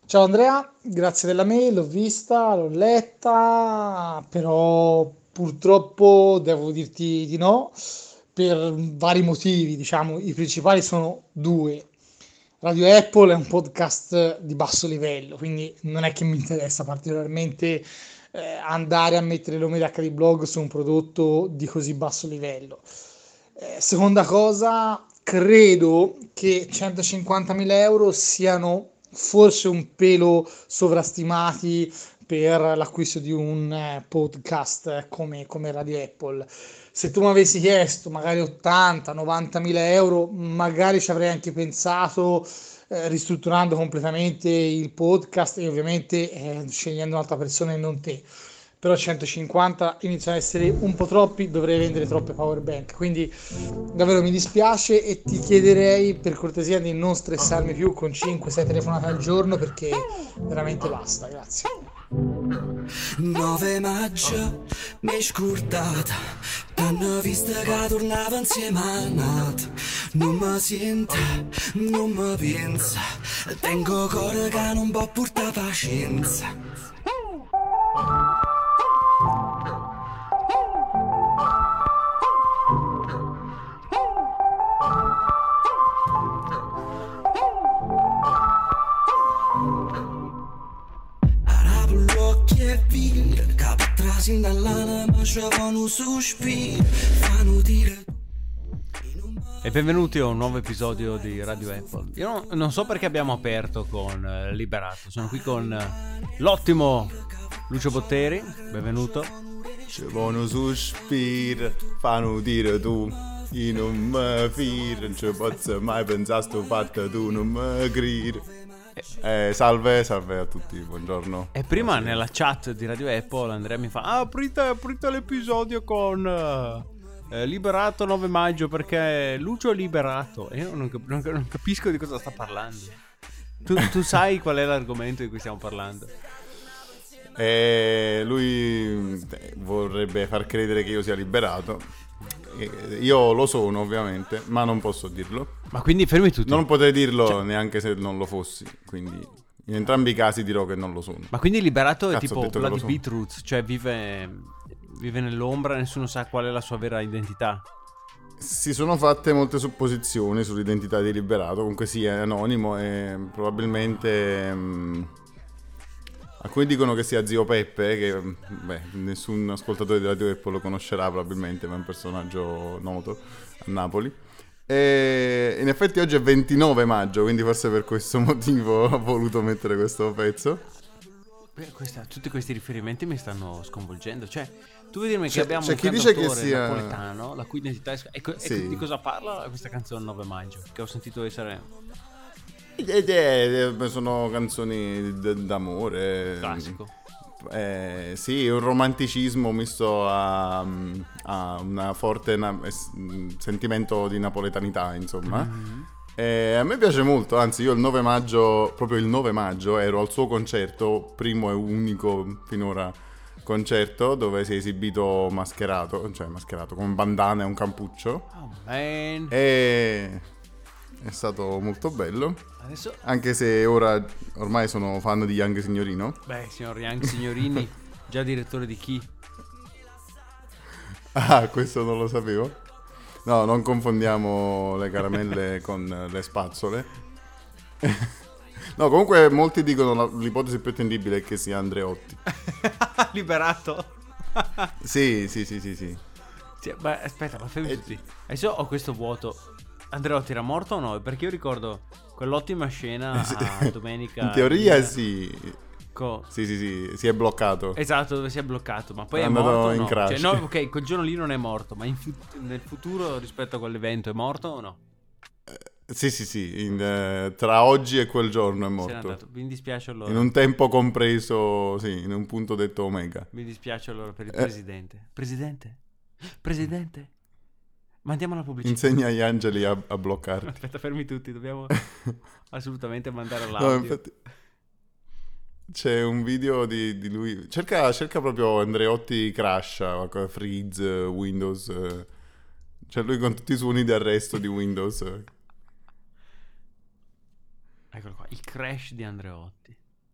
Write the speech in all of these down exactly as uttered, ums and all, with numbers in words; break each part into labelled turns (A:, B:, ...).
A: Ciao Andrea, grazie della mail, l'ho vista, l'ho letta, però purtroppo devo dirti di no per vari motivi, diciamo, i principali sono due. Radio Apple è un podcast di basso livello, quindi non è che mi interessa particolarmente eh, andare a mettere l'ome d'H di blog su un prodotto di così basso livello. Eh, seconda cosa, credo che centocinquantamila euro siano forse un pelo sovrastimati per l'acquisto di un eh, podcast eh, come, come Radio Apple. Se tu mi avessi chiesto magari ottanta novanta mila euro, magari ci avrei anche pensato, eh, ristrutturando completamente il podcast e ovviamente eh, scegliendo un'altra persona e non te. Però centocinquanta iniziano ad essere un po' troppi, dovrei vendere troppe power bank. Quindi davvero mi dispiace e ti chiederei per cortesia di non stressarmi più con cinque sei telefonate al giorno perché veramente basta, grazie.
B: nove maggio mi è scordata, t'hanno visto che tornava insieme a Nat. Non mi sento, non mi pensa, tengo cuore che non può portare pazienza. Apro gli occhi e vedo che atrás dall'anima c'è un sospiro, fanno dire.
C: E benvenuti a un nuovo episodio di Radio Apple. Io non, non so perché abbiamo aperto con eh, Liberato. Sono qui con eh, l'ottimo Lucio Botteri. Benvenuto.
D: C'è uno sospiro, fanno dire tu, io non mi fido, non ci posso mai pensare sto fatto, tu non mi credi. Eh, salve, salve a tutti, buongiorno.
C: E prima nella chat di Radio Apple Andrea mi fa ah, aprite, aprite l'episodio con eh, eh, Liberato nove maggio perché Lucio è liberato. E io non, cap- non, non capisco di cosa sta parlando. Tu, tu sai qual è l'argomento di cui stiamo parlando?
D: Eh, lui vorrebbe far credere che io sia liberato. Io lo sono ovviamente, ma non posso dirlo.
C: Ma quindi fermi tutti.
D: Non potrei dirlo
C: Cioè-
D: neanche se non lo fossi, quindi in entrambi i casi dirò che non lo sono.
C: Ma quindi liberato è
D: Cazzo, ho
C: tipo
D: detto che
C: Vlad
D: lo so.
C: Beetroots, cioè vive, vive nell'ombra, nessuno sa qual è la sua vera identità.
D: Si sono fatte molte supposizioni sull'identità di Liberato, comunque sì, è anonimo e probabilmente mh, alcuni dicono che sia zio Peppe, che beh, nessun ascoltatore di Radio Apple lo conoscerà probabilmente, ma è un personaggio noto a Napoli. E in effetti oggi è ventinove maggio, quindi forse per questo motivo ho voluto mettere questo pezzo.
C: Beh, questa- tutti questi riferimenti mi stanno sconvolgendo. Cioè, tu vuoi dirmi che
D: C'è-
C: abbiamo
D: c'è
C: un
D: chi dice che
C: cantautore
D: sia-
C: napoletano, la cui identità è... E, co- e
D: Sì.
C: di cosa parla questa canzone nove maggio? Che ho sentito essere
D: Ed è- sono canzoni d- d'amore.
C: classico.
D: Eh, sì, un romanticismo misto a, a una forte na- es- sentimento di napoletanità, insomma.
C: Mm-hmm.
D: E a me piace molto, anzi io il nove maggio, proprio il nove maggio, ero al suo concerto, primo e unico finora concerto, dove si è esibito mascherato, cioè mascherato con bandana e un cappuccio.
C: Oh man.
D: E è stato molto bello,
C: Adesso...
D: anche se ora ormai sono fan di Young Signorino.
C: Beh, signor Young Signorini, già direttore di chi?
D: Ah, questo non lo sapevo. No, non confondiamo le caramelle con le spazzole. No, comunque molti dicono la- l'ipotesi più attendibile è che sia Andreotti.
C: Liberato.
D: Sì, sì, sì, sì, sì.
C: Sì, beh, aspetta, ma fermi
D: Eh,
C: tutti. Adesso ho questo vuoto. Andreotti era morto o no? Perché io ricordo quell'ottima scena
D: Eh, sì.
C: a domenica.
D: In teoria
C: in-
D: sì.
C: co-
D: Sì, sì, sì, si è bloccato.
C: Esatto, dove si è bloccato, ma poi
D: È
C: è,
D: andato
C: morto o
D: in
C: no?
D: crash.
C: Cioè, no, ok, quel giorno lì non è morto, ma in fut- nel futuro rispetto a quell'evento è morto o no?
D: Sì, sì, sì, in, eh, tra oggi e quel giorno è
C: Se n'è
D: morto.
C: andato. Mi dispiace allora.
D: In un tempo compreso, sì, in un punto detto Omega.
C: Mi dispiace allora per il
D: Eh.
C: presidente. Presidente? Presidente? Mandiamo la pubblicità.
D: Insegna agli angeli a, a bloccarti.
C: Aspetta, fermi tutti, dobbiamo assolutamente mandare
D: No,
C: l'audio.
D: infatti c'è un video di, di lui. Cerca, cerca proprio Andreotti Crash, qualcosa, Freeze, Windows. eh. C'è lui con tutti i suoni di arresto di Windows.
C: Eccolo qua, il crash di Andreotti.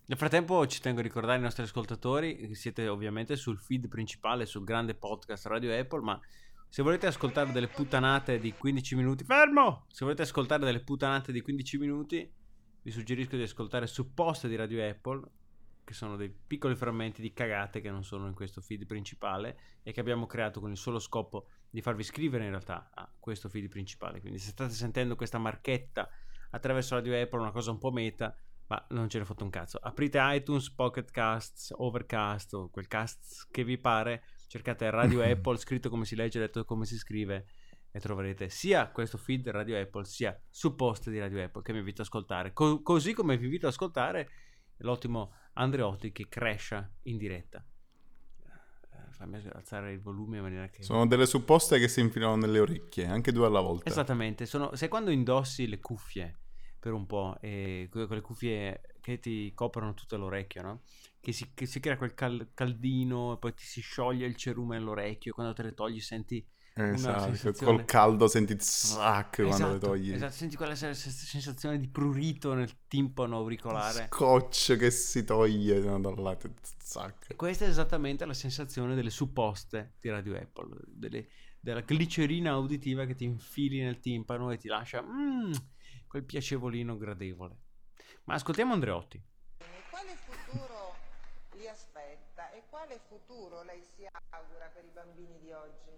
C: Nel frattempo ci tengo a ricordare ai nostri ascoltatori che siete ovviamente sul feed principale, sul grande podcast Radio Apple, ma se volete ascoltare delle puttanate di quindici minuti, fermo! Se volete ascoltare delle puttanate di quindici minuti, vi suggerisco di ascoltare Supposte di Radio Apple, che sono dei piccoli frammenti di cagate che non sono in questo feed principale e che abbiamo creato con il solo scopo di farvi iscrivere in realtà a questo feed principale. Quindi se state sentendo questa marchetta attraverso Radio Apple, una cosa un po' meta, ma non ce ne fotte un cazzo. Aprite iTunes, Pocket Casts, Overcast o quel cast che vi pare, cercate Radio Apple, scritto come si legge, detto come si scrive, e troverete sia questo feed Radio Apple sia Supposte di Radio Apple che vi invito ad ascoltare. Co- così come vi invito ad ascoltare l'ottimo Andreotti che crasha in diretta. Fammi alzare il volume in maniera che...
D: Sono delle supposte che si infilano nelle orecchie, anche due alla volta.
C: Esattamente, sono... sai quando indossi le cuffie per un po' e quelle cuffie che ti coprono tutto l'orecchio, no? Che si, che si crea quel cal- caldino e poi ti si scioglie il cerume nell'orecchio e quando te le togli senti una
D: esatto,
C: sensazione...
D: col caldo senti zac
C: esatto,
D: quando le togli.
C: Esatto, senti quella sensazione di prurito nel timpano auricolare.
D: Scotch che si toglie no, dal lato, zac.
C: Questa è esattamente la sensazione delle supposte di Radio Apple, delle, della glicerina uditiva che ti infili nel timpano e ti lascia mm, quel piacevolino gradevole. Ma ascoltiamo Andreotti.
E: Quale futuro li aspetta e quale futuro lei si augura per i bambini di oggi?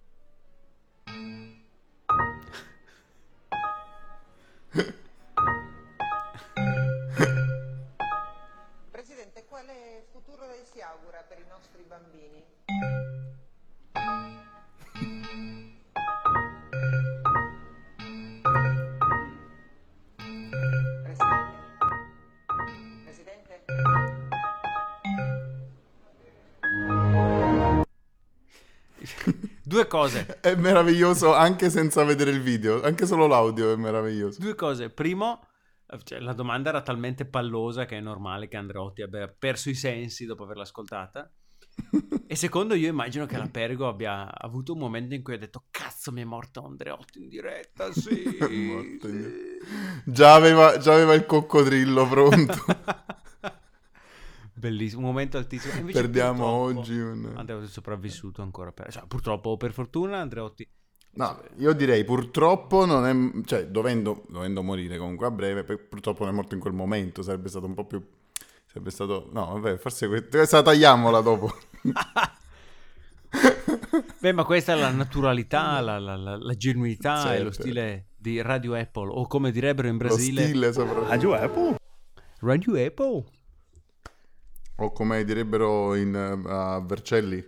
E: Presidente, quale futuro lei si augura per i nostri bambini? Presidente? Presidente?
C: Due cose.
D: È meraviglioso anche senza vedere il video, anche solo l'audio è meraviglioso.
C: Due cose. Primo, cioè, la domanda era talmente pallosa che è normale che Andreotti abbia perso i sensi dopo averla ascoltata. E secondo, io immagino che la Pergo abbia avuto un momento in cui ha detto cazzo, mi è morto Andreotti in diretta, sì,
D: Morto in
C: sì.
D: Già aveva, già aveva il coccodrillo pronto.
C: Bellissimo, un momento altissimo. Invece
D: Perdiamo oggi un...
C: Andreotti è sopravvissuto ancora per... cioè, purtroppo o per fortuna Andreotti...
D: No, io direi purtroppo non è... cioè dovendo, dovendo morire comunque a breve, purtroppo non è morto in quel momento, sarebbe stato un po' più... sarebbe stato... no vabbè, forse questa la tagliamola dopo.
C: Beh, ma questa è la naturalità, la, la, la, la genuinità
D: certo.
C: e lo stile di Radio Apple, o come direbbero in Brasile...
D: Lo stile soprattutto.
C: Radio Apple? Radio Apple?
D: O come direbbero in, uh, a Vercelli.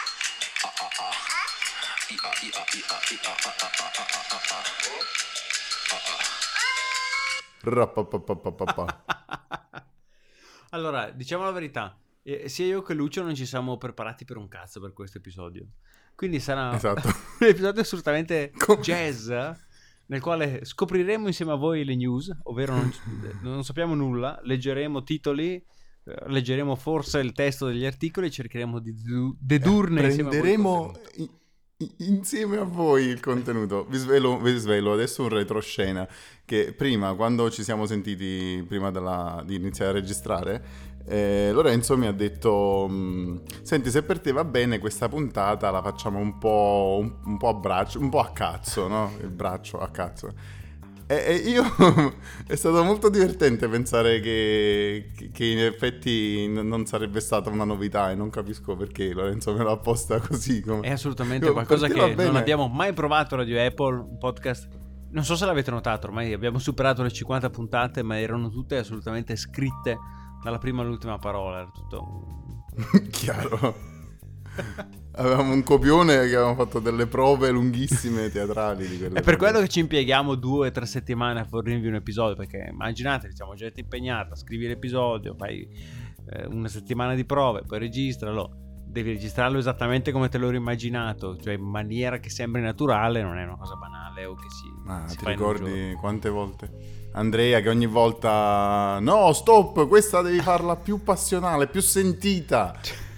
C: Allora, diciamo la verità, eh, sia io che Lucio non ci siamo preparati per un cazzo per questo episodio. Quindi sarà
D: esatto.
C: un episodio assolutamente
D: Com-
C: jazz, nel quale scopriremo insieme a voi le news, ovvero non, non sappiamo nulla, leggeremo titoli, leggeremo forse il testo degli articoli e cercheremo di dedurne
D: prenderemo
C: insieme a,
D: insieme a voi il contenuto. Vi svelo, vi svelo adesso un retroscena che prima, quando ci siamo sentiti prima della, di iniziare a registrare, eh, Lorenzo mi ha detto senti, se per te va bene questa puntata la facciamo un po', un, un po' a braccio, un po' a cazzo, no? Il braccio a cazzo. E, e io è stato molto divertente pensare che, che in effetti n- non sarebbe stata una novità e non capisco perché Lorenzo me l'ha posta così. Come...
C: È assolutamente
D: Io,
C: qualcosa che
D: non
C: abbiamo mai provato Radio Apple, un podcast. Non so se l'avete notato, ormai abbiamo superato le cinquanta puntate, ma erano tutte assolutamente scritte dalla prima all'ultima parola. Era tutto
D: chiaro. Avevamo un copione che avevamo fatto delle prove lunghissime teatrali di quelle
C: è per
D: prove.
C: quello che ci impieghiamo due o tre settimane a fornirvi un episodio, perché immaginate, siamo gente impegnata, scrivi l'episodio, fai eh, una settimana di prove, poi registralo, devi registrarlo esattamente come te l'ho immaginato, cioè in maniera che sembri naturale, non è una cosa banale o che si,
D: Ma
C: si
D: ti
C: fa in un
D: ricordi
C: giorno.
D: quante volte Andrea che ogni volta no stop, questa devi farla più passionale, più sentita.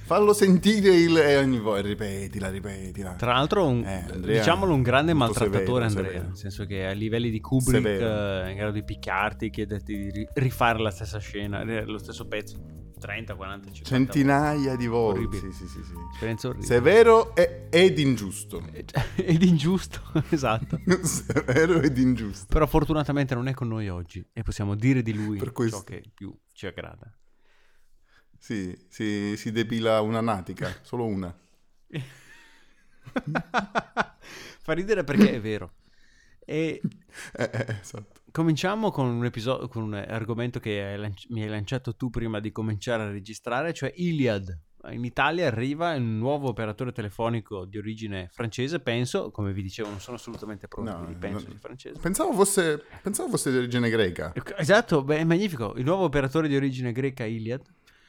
D: Fallo sentire il... e ogni volta ripetila, ripetila.
C: Tra l'altro, un,
D: Eh, Andrea,
C: diciamolo, un grande
D: molto
C: maltrattatore,
D: severo,
C: Andrea.
D: severo.
C: Nel senso che a livelli di Kubrick
D: Severo.
C: eh, è in grado di picchiarti, chiederti di ri- rifare la stessa scena, eh, lo stesso pezzo, trenta, quaranta, cinquanta
D: Centinaia di volte.
C: Orribile.
D: Sì, sì, sì, sì.
C: Esperienza orribile.
D: Severo e- ed ingiusto.
C: Ed ingiusto, esatto.
D: Severo ed ingiusto.
C: Però fortunatamente non è con noi oggi e possiamo dire di lui
D: Per questo.
C: ciò che più ci aggrada.
D: Sì, si, si depila una natica, solo una.
C: Fa ridere perché è vero. E
D: Eh, eh, esatto.
C: cominciamo con un episodio, con un argomento che hai lanci- mi hai lanciato tu prima di cominciare a registrare, cioè Iliad. In Italia arriva un nuovo operatore telefonico di origine francese, penso, come vi dicevo, non sono assolutamente pronto,
D: No,
C: quindi penso
D: no.
C: sia francese.
D: Pensavo fosse, pensavo fosse di origine greca.
C: Esatto, beh, è magnifico. Il nuovo operatore di origine greca Iliad.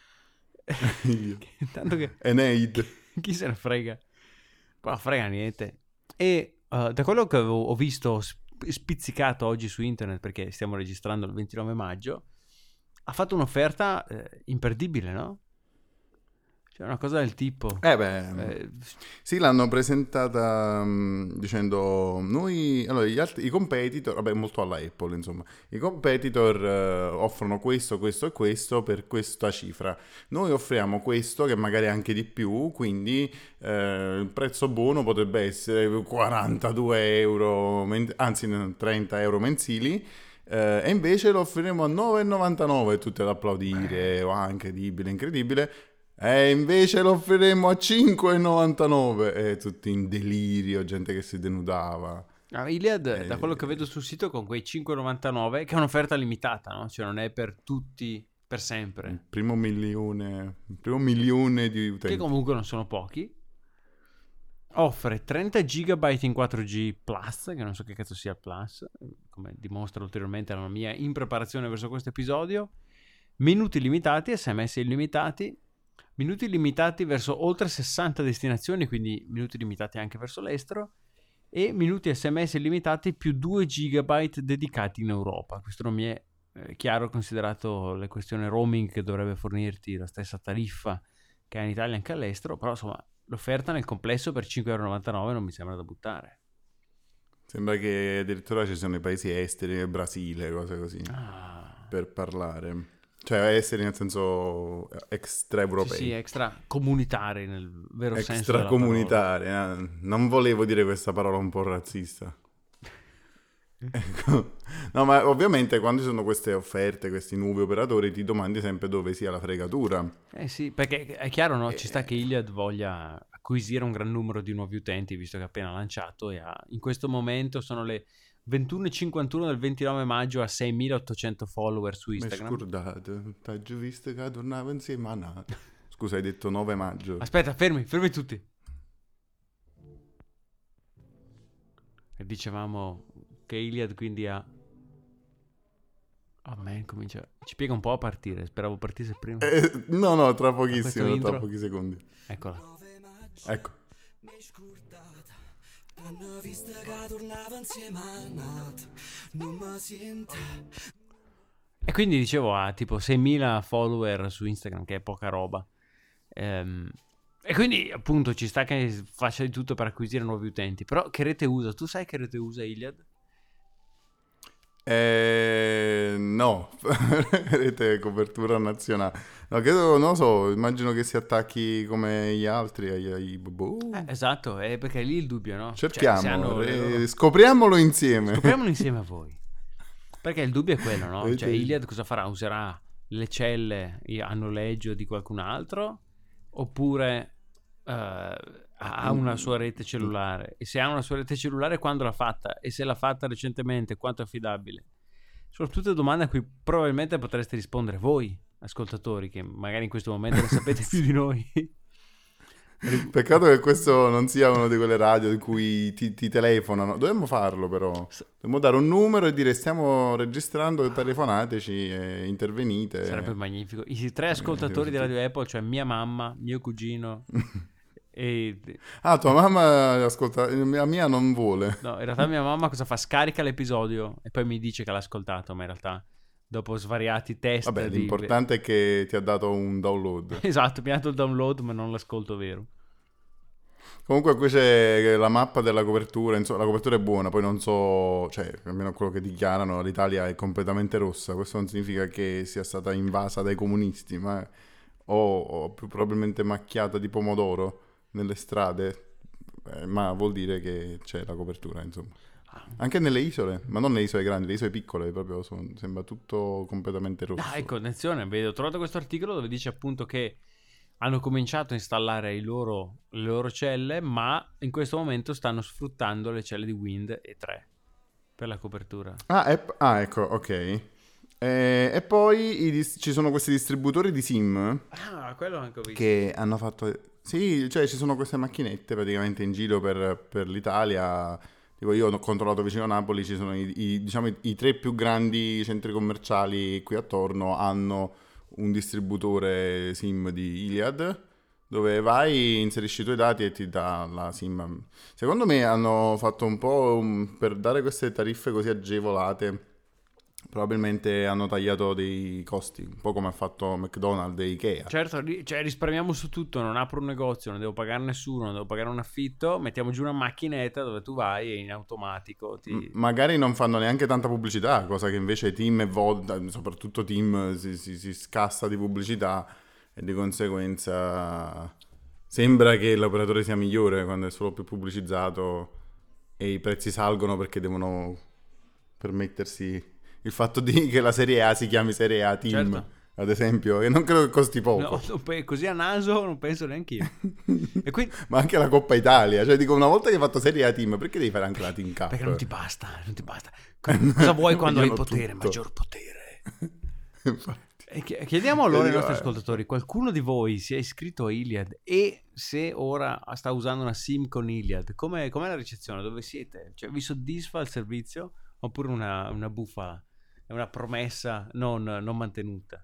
C: Tanto che
D: Eneid.
C: chi se ne frega? Ma frega niente. E uh, da quello che avevo, ho visto sp- spizzicato oggi su internet, perché stiamo registrando il ventinove maggio, ha fatto un'offerta eh, imperdibile, no? Cioè una cosa del tipo.
D: Eh beh,
C: Eh,
D: sì, l'hanno presentata mh, dicendo noi, allora gli altri, i competitor, vabbè molto alla Apple insomma, i competitor eh, offrono questo, questo e questo per questa cifra, noi offriamo questo che magari è anche di più, quindi eh, il prezzo buono potrebbe essere quarantadue euro, men- anzi no, trenta euro mensili. Eh, e invece lo offriremo a nove e novantanove, tutti ad applaudire, wow, incredibile, incredibile. E invece lo offriremo a cinque e novantanove, e tutti in delirio, gente che si denudava.
C: ah, Iliad,
D: Eh,
C: da quello che vedo sul sito, con quei cinque e novantanove, che è un'offerta limitata, no? Cioè non è per tutti, per
D: Il
C: sempre.
D: primo milione, il primo milione di
C: Che
D: utenti.
C: comunque non sono pochi. Offre trenta giga in quattro G Plus, che non so che cazzo sia il Plus, come dimostra ulteriormente la mia impreparazione verso questo episodio. Minuti limitati, sms illimitati, minuti limitati verso oltre sessanta destinazioni, quindi minuti limitati anche verso l'estero, e minuti sms illimitati più due giga dedicati in Europa. Questo non mi è eh, chiaro, considerato le questioni roaming che dovrebbe fornirti la stessa tariffa che ha in Italia anche all'estero, però insomma l'offerta nel complesso per cinque e novantanove euro non mi sembra da buttare.
D: Sembra che addirittura ci siano i paesi esteri, il Brasile, cose così,
C: Ah,
D: per parlare. Cioè esteri nel senso extraeuropei.
C: sì, sì, extra comunitari nel vero senso della
D: Extracomunitari. eh. Non volevo dire questa parola un po' razzista. Ecco. No, ma ovviamente quando ci sono queste offerte, questi nuovi operatori, ti domandi sempre dove sia la fregatura.
C: parola. Eh sì, perché è chiaro, no? Ci sta che Iliad voglia acquisire un gran numero di nuovi utenti, visto che ha appena lanciato, e ha, in questo momento sono le ventuno e cinquantuno del ventinove maggio, a seimilaottocento follower su
D: Mi
C: Instagram.
D: scordate, t'hai già visto che tornava insieme a Nat. Scusa, hai detto nove maggio.
C: Aspetta, fermi, fermi tutti. E dicevamo che Iliad quindi ha... Oh man, comincia... Ci piega un po' a partire, speravo partisse prima.
D: Eh, no, no, tra
C: questo
D: pochissimo, tra
C: intro.
D: pochi secondi.
C: Eccola.
D: Ecco.
B: Mi scordata, t'hanno vista che tornava insieme a Nat, non mi sento.
C: E quindi dicevo, ha tipo seimila follower su Instagram, che è poca roba. Ehm, e quindi appunto ci sta che faccia di tutto per acquisire nuovi utenti. Però che rete usa? Tu sai che rete usa Iliad?
D: Eh, no, rete copertura nazionale. No, credo, non lo so, immagino che si attacchi come gli altri ai, ai boh.
C: Eh, esatto, è perché è lì il dubbio, no?
D: Cerchiamo,
C: Cioè, se hanno le
D: eh,
C: loro-
D: scopriamolo insieme.
C: Scopriamolo insieme a voi. Perché il dubbio è quello, no?
D: Rete-
C: Cioè Iliad cosa farà? Userà le celle a noleggio di qualcun altro? Oppure eh, ha una sua rete cellulare? E se ha una sua rete cellulare, quando l'ha fatta? E se l'ha fatta recentemente, quanto è affidabile? Sono tutte domande a cui probabilmente potreste rispondere voi, ascoltatori, che magari in questo momento ne sapete più di noi.
D: Peccato che questo non sia una di quelle radio in cui ti, ti telefonano. Dovremmo farlo però. Dovremmo dare un numero e dire stiamo registrando, telefonateci e intervenite.
C: Sarebbe magnifico. I tre ascoltatori di Radio Apple, cioè mia mamma, mio cugino e...
D: Ah, tua mamma ascolta, la mia non vuole.
C: No, in realtà mia mamma cosa fa? Scarica l'episodio e poi mi dice che l'ha ascoltato, ma in realtà dopo svariati test.
D: Vabbè,
C: di...
D: l'importante è che ti ha dato un download.
C: Esatto, mi ha dato il download, ma non l'ascolto vero.
D: Comunque qui c'è la mappa della copertura, insomma la copertura è buona, poi non so, cioè almeno quello che dichiarano, l'Italia è completamente rossa, questo non significa che sia stata invasa dai comunisti, ma o, o più probabilmente macchiata di pomodoro nelle strade, eh, ma vuol dire che c'è la copertura, insomma. Anche nelle isole, ma non nelle isole grandi, le isole piccole, proprio sono- sembra tutto completamente rosso.
C: Ah, ecco, attenzione, vedo, ho trovato questo articolo dove dice appunto che hanno cominciato a installare i loro, le loro celle, ma in questo momento stanno sfruttando le celle di Wind E tre per la copertura.
D: Ah, e- ah, ecco, ok. E, e poi i dis- ci sono questi distributori di SIM
C: Ah, quello anche ho visto.
D: che hanno fatto... Sì, cioè ci sono queste macchinette praticamente in giro per, per l'Italia. Dico, io ho controllato vicino a Napoli, ci sono i, i- diciamo, i, i tre più grandi centri commerciali qui attorno hanno un distributore SIM di Iliad, dove vai, inserisci i tuoi dati e ti dà la SIM. Secondo me hanno fatto un po' un- per dare queste tariffe così agevolate. Probabilmente hanno tagliato dei costi, un po' come ha fatto McDonald's e Ikea.
C: Certo, ri- cioè risparmiamo su tutto, non apro un negozio, non devo pagare nessuno, non devo pagare un affitto, mettiamo giù una macchinetta dove tu vai e in automatico ti...
D: M- magari non fanno neanche tanta pubblicità, cosa che invece Team e Vodafone, soprattutto Team, si, si- si scassa di pubblicità e di conseguenza sembra che l'operatore sia migliore quando è solo più pubblicizzato e i prezzi salgono perché devono permettersi il fatto di che la Serie A si chiami Serie A Team,
C: Certo.
D: ad esempio, che non credo che costi poco.
C: No, non pe- così a naso non penso neanche io. E quindi...
D: Ma anche la Coppa Italia, cioè dico, una volta che hai fatto Serie A Team, perché devi fare anche la Team Cup?
C: Perché non ti basta, non ti basta. Cosa vuoi quando hai
D: Vogliono
C: potere?
D: tutto.
C: Maggior potere.
D: Infatti.
C: E chi- chiediamo allora ai
D: Dico,
C: nostri
D: eh.
C: ascoltatori, qualcuno di voi si è iscritto a Iliad e se ora sta usando una SIM con Iliad, com'è, com'è la ricezione? Dove siete? Cioè, vi soddisfa il servizio oppure una, una bufala? È una promessa non, non mantenuta?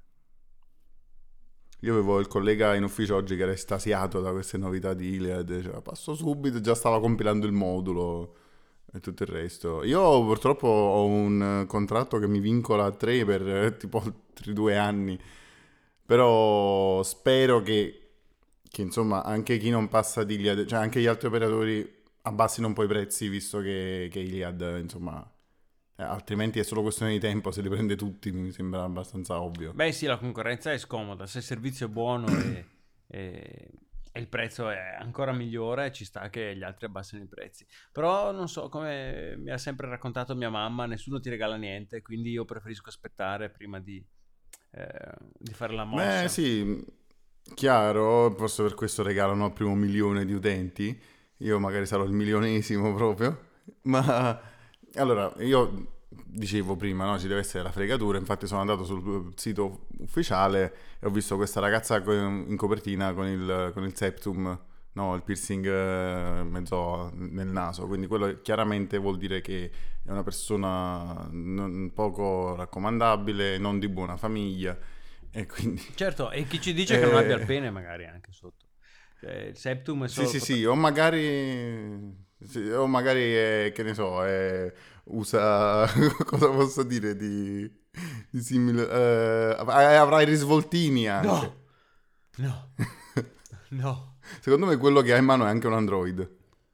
D: Io avevo il collega in ufficio oggi che era estasiato da queste novità di Iliad, diceva passo subito, già stava compilando il modulo e tutto il resto. Io purtroppo ho un contratto che mi vincola a tre per eh, tipo altri due anni, però spero che, che insomma anche chi non passa di Iliad, cioè anche gli altri operatori abbassino un po' i prezzi, visto che, che Iliad insomma... eh, altrimenti è solo questione di tempo, se li prende tutti mi sembra abbastanza ovvio.
C: Beh sì, la concorrenza è scomoda, se il servizio è buono e, e- e il prezzo è ancora migliore, ci sta che gli altri abbassino i prezzi. Però non so, come mi ha sempre raccontato mia mamma, nessuno ti regala niente, quindi io preferisco aspettare prima di, eh, di fare la mossa.
D: Beh sì, chiaro, forse per questo regalano al primo milione di utenti, io magari sarò il milionesimo proprio, ma allora io dicevo prima, no, ci deve essere la fregatura, infatti sono andato sul sito ufficiale e ho visto questa ragazza con- in copertina con il, con il septum, no, il piercing eh, mezzo nel naso, quindi quello chiaramente vuol dire che è una persona non- poco raccomandabile, non di buona famiglia e quindi...
C: Certo, e chi ci dice che non
D: Eh.
C: abbia il pene magari anche sotto. Cioè, il septum è
D: Sì,
C: solo...
D: sì, sì, o magari, sì, o magari è, che ne so, è- usa, cosa posso dire di, di simile, eh, avrà i risvoltini anche.
C: No, no, no.
D: Secondo me quello che ha in mano è anche un Android.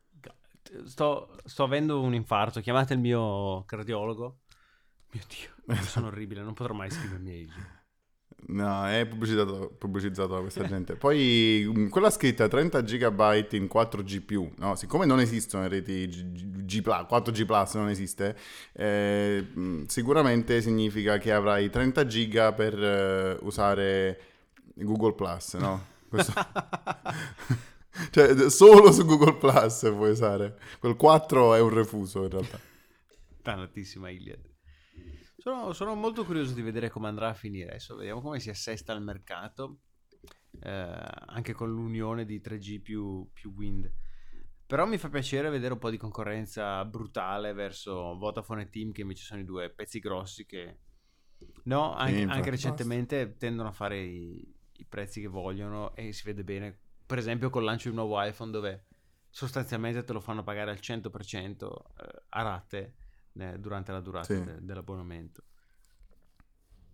C: Sto, sto avendo un infarto, chiamate il mio cardiologo. Mio Dio, io sono orribile, non potrò mai iscrivermi a Easy.
D: No, è pubblicizzato, pubblicizzato da questa gente. Poi mh, quella scritta trenta giga in quattro G più, no? Siccome non esistono reti G, G+, quattro G plus non esiste, eh, mh, sicuramente significa che avrai trenta giga per eh, usare Google Plus, no? Questo... cioè, solo su Google Plus puoi usare. Quel quattro è un refuso in realtà.
C: Tantissima Iliad. Sono, sono molto curioso di vedere come andrà a finire. Adesso vediamo come si assesta il mercato, eh, anche con l'unione di tre G più, più Wind. Però mi fa piacere vedere un po' di concorrenza brutale verso Vodafone e Team, che invece sono i due pezzi grossi che, no, anche,
D: infatti,
C: anche recentemente tendono a fare i, i prezzi che vogliono e si vede bene. Per esempio col lancio di un nuovo iPhone dove sostanzialmente te lo fanno pagare al cento per cento eh, a rate eh, durante la durata
D: Sì.
C: de- dell'abbonamento.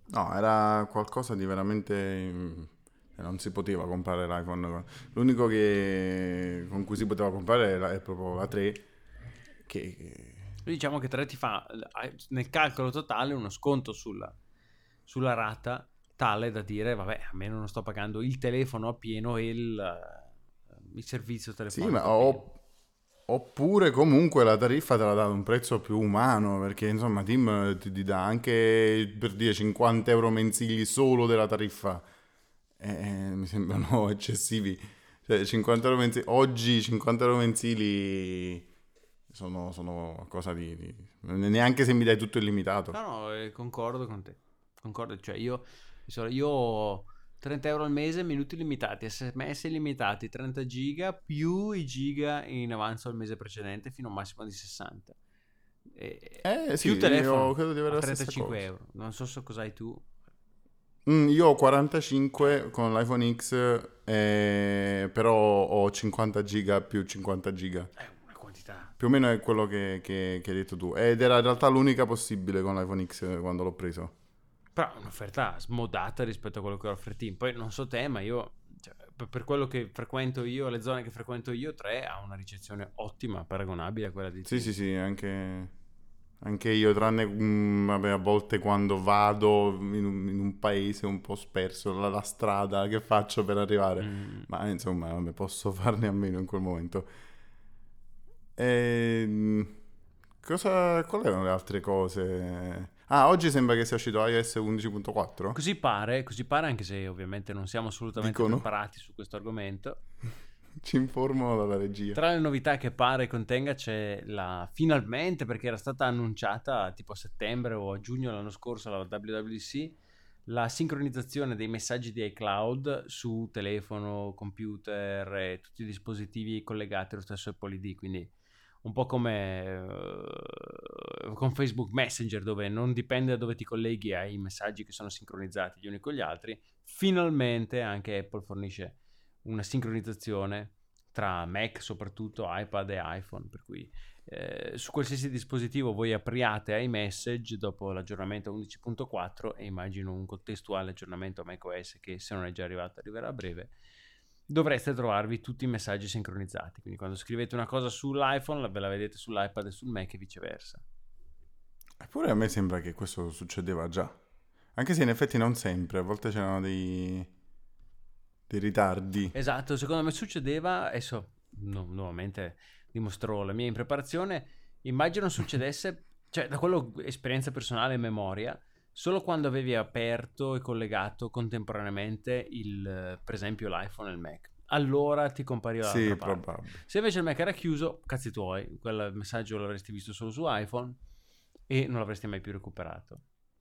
D: No, era qualcosa di veramente... mm, non si poteva comprare l'iPhone. L'unico che, con cui si poteva comprare era- è proprio la tre, che...
C: Diciamo che tre ti fa eh, nel calcolo totale uno sconto sulla, sulla rata tale da dire, vabbè, almeno non sto pagando il telefono a pieno e il, eh, il servizio
D: Sì,
C: telefonico
D: ma
C: a pieno.
D: o- oppure comunque la tariffa te la dà ad un prezzo più umano, perché insomma Tim ti, ti dà anche per dire cinquanta euro mensili solo della tariffa. Eh, mi sembrano eccessivi. Cioè, cinquanta euro mensili, oggi cinquanta euro mensili sono, sono qualcosa di, di- neanche se mi dai tutto illimitato.
C: No, no, eh, concordo con te. Concordo, cioè io, io ho trenta euro al mese, minuti limitati, S M S illimitati, trenta giga più i giga in avanzo al mese precedente fino a un massimo di sessanta. E
D: Eh sì,
C: più
D: io
C: telefono
D: credo di avere
C: a
D: la stessa
C: trentacinque
D: cosa.
C: euro. Non so se cos'hai tu.
D: Mm, io ho quarantacinque con l'iPhone X, eh, però ho cinquanta giga più cinquanta giga.
C: È una quantità.
D: Più o meno è quello che, che- che hai detto tu. Ed era in realtà l'unica possibile con l'iPhone X quando l'ho preso.
C: Però è un'offerta smodata rispetto a quello che offre Team. Poi non so te, ma io, cioè, per per quello che frequento io, le zone che frequento io, tre ha una ricezione ottima, paragonabile a quella di
D: Sì,
C: Team.
D: sì, sì, anche, anche io, tranne mm, vabbè, a volte quando vado in un, in un paese un po' sperso, la, la strada che faccio per arrivare.
C: Mm.
D: Ma insomma, vabbè, posso farne a meno in quel momento. Ehm, cosa, quali erano le altre cose? Ah, oggi sembra che sia uscito iOS undici punto quattro.
C: Così pare, così pare, anche se ovviamente non siamo assolutamente
D: Dicono,
C: preparati su questo argomento.
D: ci informano dalla regia.
C: Tra le novità che pare contenga c'è la, finalmente, perché era stata annunciata tipo a settembre o a giugno l'anno scorso alla W W D C, la sincronizzazione dei messaggi di iCloud su telefono, computer e tutti i dispositivi collegati allo stesso Apple I D, quindi un po' come eh, con Facebook Messenger, dove non dipende da dove ti colleghi ai messaggi che sono sincronizzati gli uni con gli altri. Finalmente anche Apple fornisce una sincronizzazione tra Mac, soprattutto iPad e iPhone, per cui eh, su qualsiasi dispositivo voi apriate iMessage dopo l'aggiornamento undici punto quattro, e immagino un contestuale aggiornamento a macOS che, se non è già arrivato, arriverà a breve, dovreste trovarvi tutti i messaggi sincronizzati. Quindi quando scrivete una cosa sull'iPhone ve la vedete sull'iPad e sul Mac e viceversa.
D: Eppure a me sembra che questo succedeva già. Anche se in effetti non sempre, a volte c'erano dei, dei ritardi.
C: Esatto, secondo me succedeva, adesso no, nuovamente dimostrò la mia impreparazione, immagino succedesse, cioè da quello, esperienza personale e memoria, solo quando avevi aperto e collegato contemporaneamente il, per esempio l'iPhone e il Mac. Allora ti compariva
D: Sì,
C: dall'altra parte.
D: probabile.
C: Se invece il Mac era chiuso, cazzi tuoi, quel messaggio l'avresti visto solo su iPhone e non l'avresti mai più recuperato.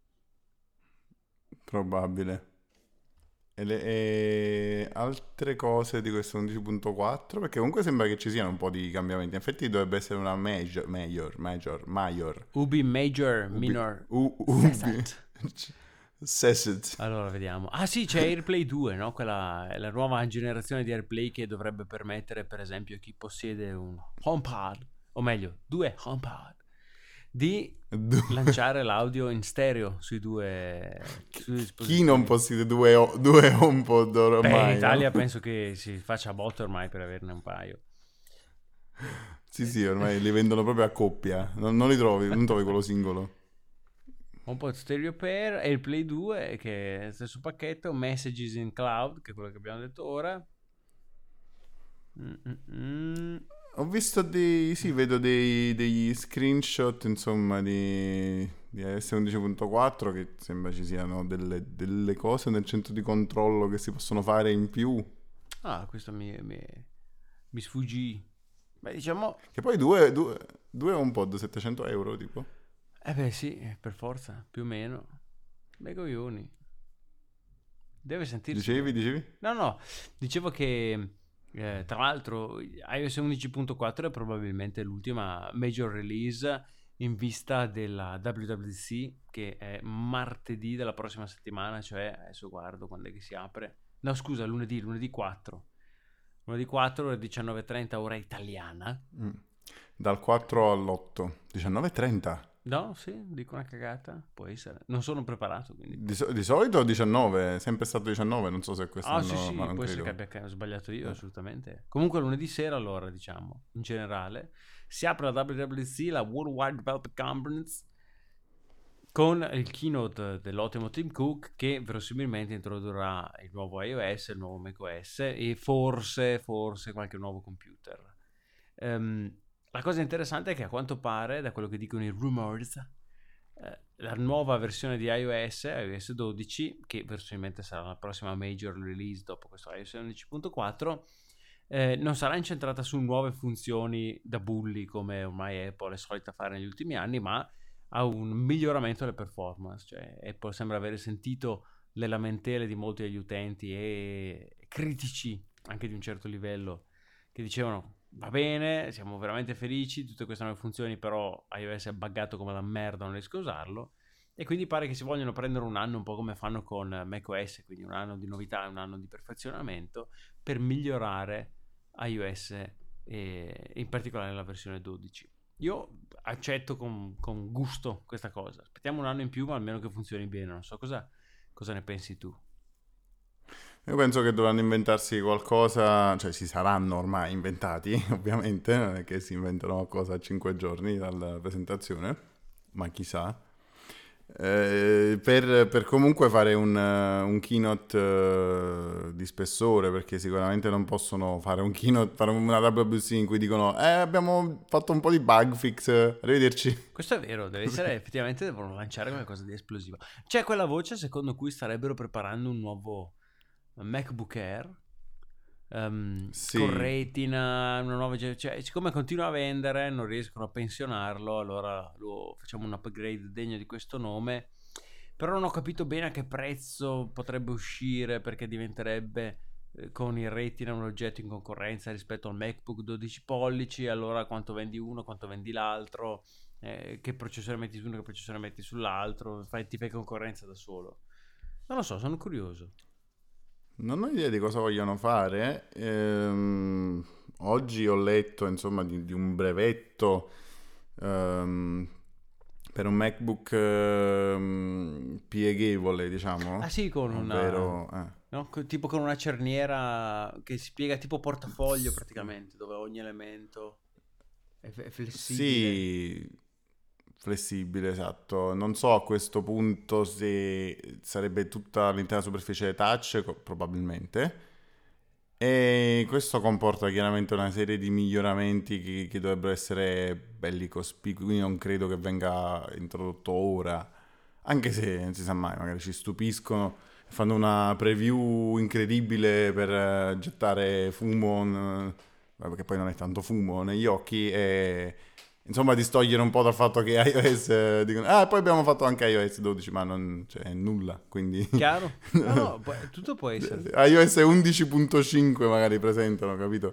D: Probabile. E, le, e altre cose di questo undici punto quattro? Perché comunque sembra che ci siano un po' di cambiamenti. In effetti dovrebbe essere una major, major, major, major.
C: Ubi Major,
D: Ubi,
C: Minor,
D: U, Ubi.
C: Sesat.
D: Sesat.
C: Allora vediamo. Ah sì, c'è AirPlay due, no? Quella è la nuova generazione di AirPlay che dovrebbe permettere, per esempio, a chi possiede un HomePod, o meglio, due HomePod, di lanciare l'audio in stereo sui due, sui dispositivi.
D: Chi non possiede due, o- due HomePod ormai?
C: Beh, in Italia
D: no?
C: penso che si faccia botto ormai per averne un paio.
D: Sì, sì, ormai li vendono proprio a coppia. Non, non li trovi, non trovi quello singolo.
C: HomePod Stereo Pair, AirPlay due, che è lo stesso pacchetto, Messages in Cloud, che è quello che abbiamo detto ora. Mm-mm-mm.
D: Ho visto dei, sì, vedo dei, degli screenshot, insomma, di, di iOS undici punto quattro, che sembra ci siano delle, delle cose nel centro di controllo che si possono fare in più.
C: Ah, questo mi, mi, mi sfuggì. Beh, diciamo...
D: Che poi due, due, due HomePod settecento euro, tipo.
C: Eh beh sì, per forza, più o meno. Bei coglioni. Deve sentirsi.
D: Dicevi, dicevi?
C: No, no, dicevo che eh, tra l'altro iOS undici punto quattro è probabilmente l'ultima major release in vista della W W D C, che è martedì della prossima settimana, cioè adesso guardo quando è che si apre. No, scusa, lunedì, lunedì quattro. Lunedì quattro ore diciannove e trenta ora italiana.
D: Mm. Dal quattro all'otto. diciannove e trenta.
C: No, sì, dico una cagata, può essere. Non sono preparato, quindi.
D: Di, so- di solito diciannove, è sempre stato diciannove, non so se quest'anno,
C: Ah, sì, sì,
D: ma non
C: può essere
D: credo.
C: che abbia ca- sbagliato io,
D: Eh.
C: assolutamente. Comunque lunedì sera, allora, diciamo, in generale, si apre la W W D C, la Worldwide Developer Conference, con il keynote dell'ottimo Tim Cook che verosimilmente introdurrà il nuovo iOS, il nuovo macOS e forse, forse qualche nuovo computer. Ehm, la cosa interessante è che a quanto pare, da quello che dicono i rumors, eh, la nuova versione di iOS, iOS dodici, che verosimilmente sarà la prossima major release dopo questo iOS undici punto quattro, eh, non sarà incentrata su nuove funzioni da bulli come ormai Apple è solita fare negli ultimi anni, ma ha un miglioramento delle performance. Cioè, Apple sembra aver sentito le lamentele di molti degli utenti e critici anche di un certo livello che dicevano va bene, siamo veramente felici di tutte queste nuove funzioni, però iOS è buggato come la merda, non riesco a usarlo, e quindi pare che si vogliono prendere un anno un po' come fanno con macOS, quindi un anno di novità e un anno di perfezionamento per migliorare iOS e in particolare la versione dodici. Io accetto con, con gusto questa cosa, aspettiamo un anno in più ma almeno che funzioni bene, non so cosa, cosa ne pensi tu.
D: Io penso che dovranno inventarsi qualcosa, cioè si saranno ormai inventati, ovviamente, non è che si inventano qualcosa a cinque giorni dalla presentazione, ma chissà, eh, per, per comunque fare un, eh, un keynote eh, di spessore, perché sicuramente non possono fare un keynote, fare una W W D C in cui dicono eh abbiamo fatto un po' di bug fix, arrivederci.
C: Questo è vero, deve essere effettivamente, devono lanciare qualcosa di esplosivo. C'è quella voce secondo cui starebbero preparando un nuovo MacBook Air um, con
D: Sì,
C: retina, una nuova, cioè siccome continua a vendere non riescono a pensionarlo, allora lo facciamo un upgrade degno di questo nome, però non ho capito bene a che prezzo potrebbe uscire, perché diventerebbe eh, con il retina un oggetto in concorrenza rispetto al MacBook dodici pollici, allora quanto vendi uno, quanto vendi l'altro, eh, che processore metti su uno, che processore metti sull'altro, fai, ti fai concorrenza da solo. Non lo so, sono curioso.
D: non ho idea di cosa vogliono fare. Ehm, oggi ho letto, insomma, di, di un brevetto ehm, per un MacBook ehm, pieghevole, diciamo,
C: Ah sì, con una,
D: ovvero... eh,
C: no? Co- tipo con una cerniera che si piega tipo portafoglio praticamente, dove ogni elemento è, f- è flessibile.
D: sì, flessibile, esatto. Non so a questo punto se sarebbe tutta l'intera superficie touch, co- probabilmente. E questo comporta chiaramente una serie di miglioramenti che, che dovrebbero essere belli cospicui, quindi non credo che venga introdotto ora, anche se non si sa mai, magari ci stupiscono, fanno una preview incredibile per eh, gettare fumo, n- eh, perché poi non è tanto fumo, negli occhi e insomma distogliere un po' dal fatto che iOS eh, dicono, ah, poi abbiamo fatto anche iOS dodici, ma non c'è nulla, quindi...
C: Chiaro? No, no, pu- tutto può essere.
D: iOS undici punto cinque magari presentano, capito?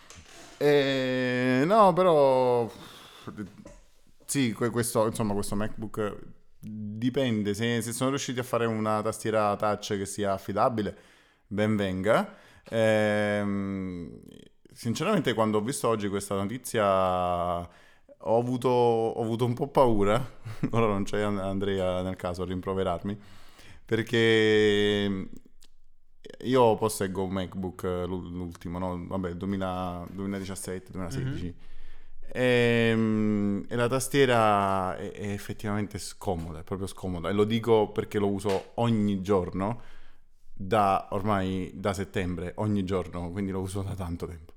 D: E, no, però sì, que- questo, insomma, questo MacBook dipende, se, se sono riusciti a fare una tastiera touch che sia affidabile, ben venga. Ehm, sinceramente, quando ho visto oggi questa notizia ho avuto, ho avuto un po' paura. Ora non c'è And- Andrea nel caso a rimproverarmi, perché io posseggo un MacBook, eh, l'u- l'ultimo, no? Vabbè, duemila duemiladiciassette duemilasedici.
C: Mhm.
D: E, e la tastiera è, è effettivamente scomoda, è proprio scomoda. E lo dico perché lo uso ogni giorno, da ormai da settembre, ogni giorno, quindi lo uso da tanto tempo.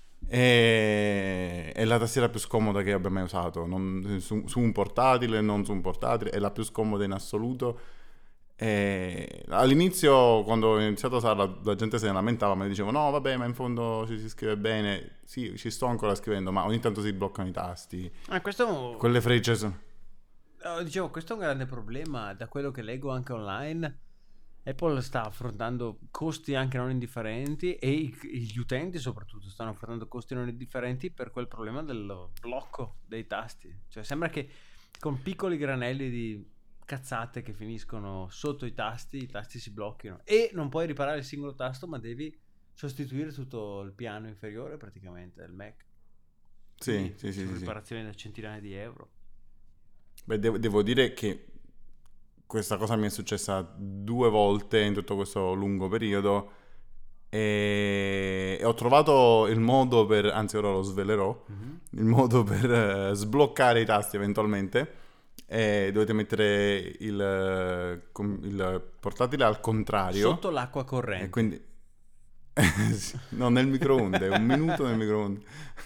D: E, è la tastiera più scomoda che abbia mai usato, non- su, su un portatile, non su un portatile, è la più scomoda in assoluto. E all'inizio, quando ho iniziato a usarla, la, la gente se ne lamentava, mi diceva no, vabbè, ma in fondo ci si scrive bene. Sì, ci sto ancora scrivendo, ma ogni tanto si bloccano i tasti.
C: Ah, questo,
D: Quelle frecce sono...
C: eh, dicevo, questo è un grande problema, da quello che leggo anche online. Apple sta affrontando costi anche non indifferenti e i- gli utenti soprattutto stanno affrontando costi non indifferenti per quel problema del blocco dei tasti. Cioè sembra che con piccoli granelli di cazzate che finiscono sotto i tasti, i tasti si blocchino e non puoi riparare il singolo tasto, ma devi sostituire tutto il piano inferiore praticamente del Mac.
D: Sì,
C: Quindi
D: sì, sì,
C: sono
D: sì, sì.
C: riparazioni da centinaia di euro.
D: Beh, devo, devo dire che questa cosa mi è successa due volte in tutto questo lungo periodo e, e ho trovato il modo per, anzi ora lo svelerò, mm-hmm. il modo per uh, sbloccare i tasti eventualmente. E dovete mettere il, il portatile al contrario.
C: Sotto l'acqua corrente.
D: E quindi... no, nel microonde, un minuto nel microonde.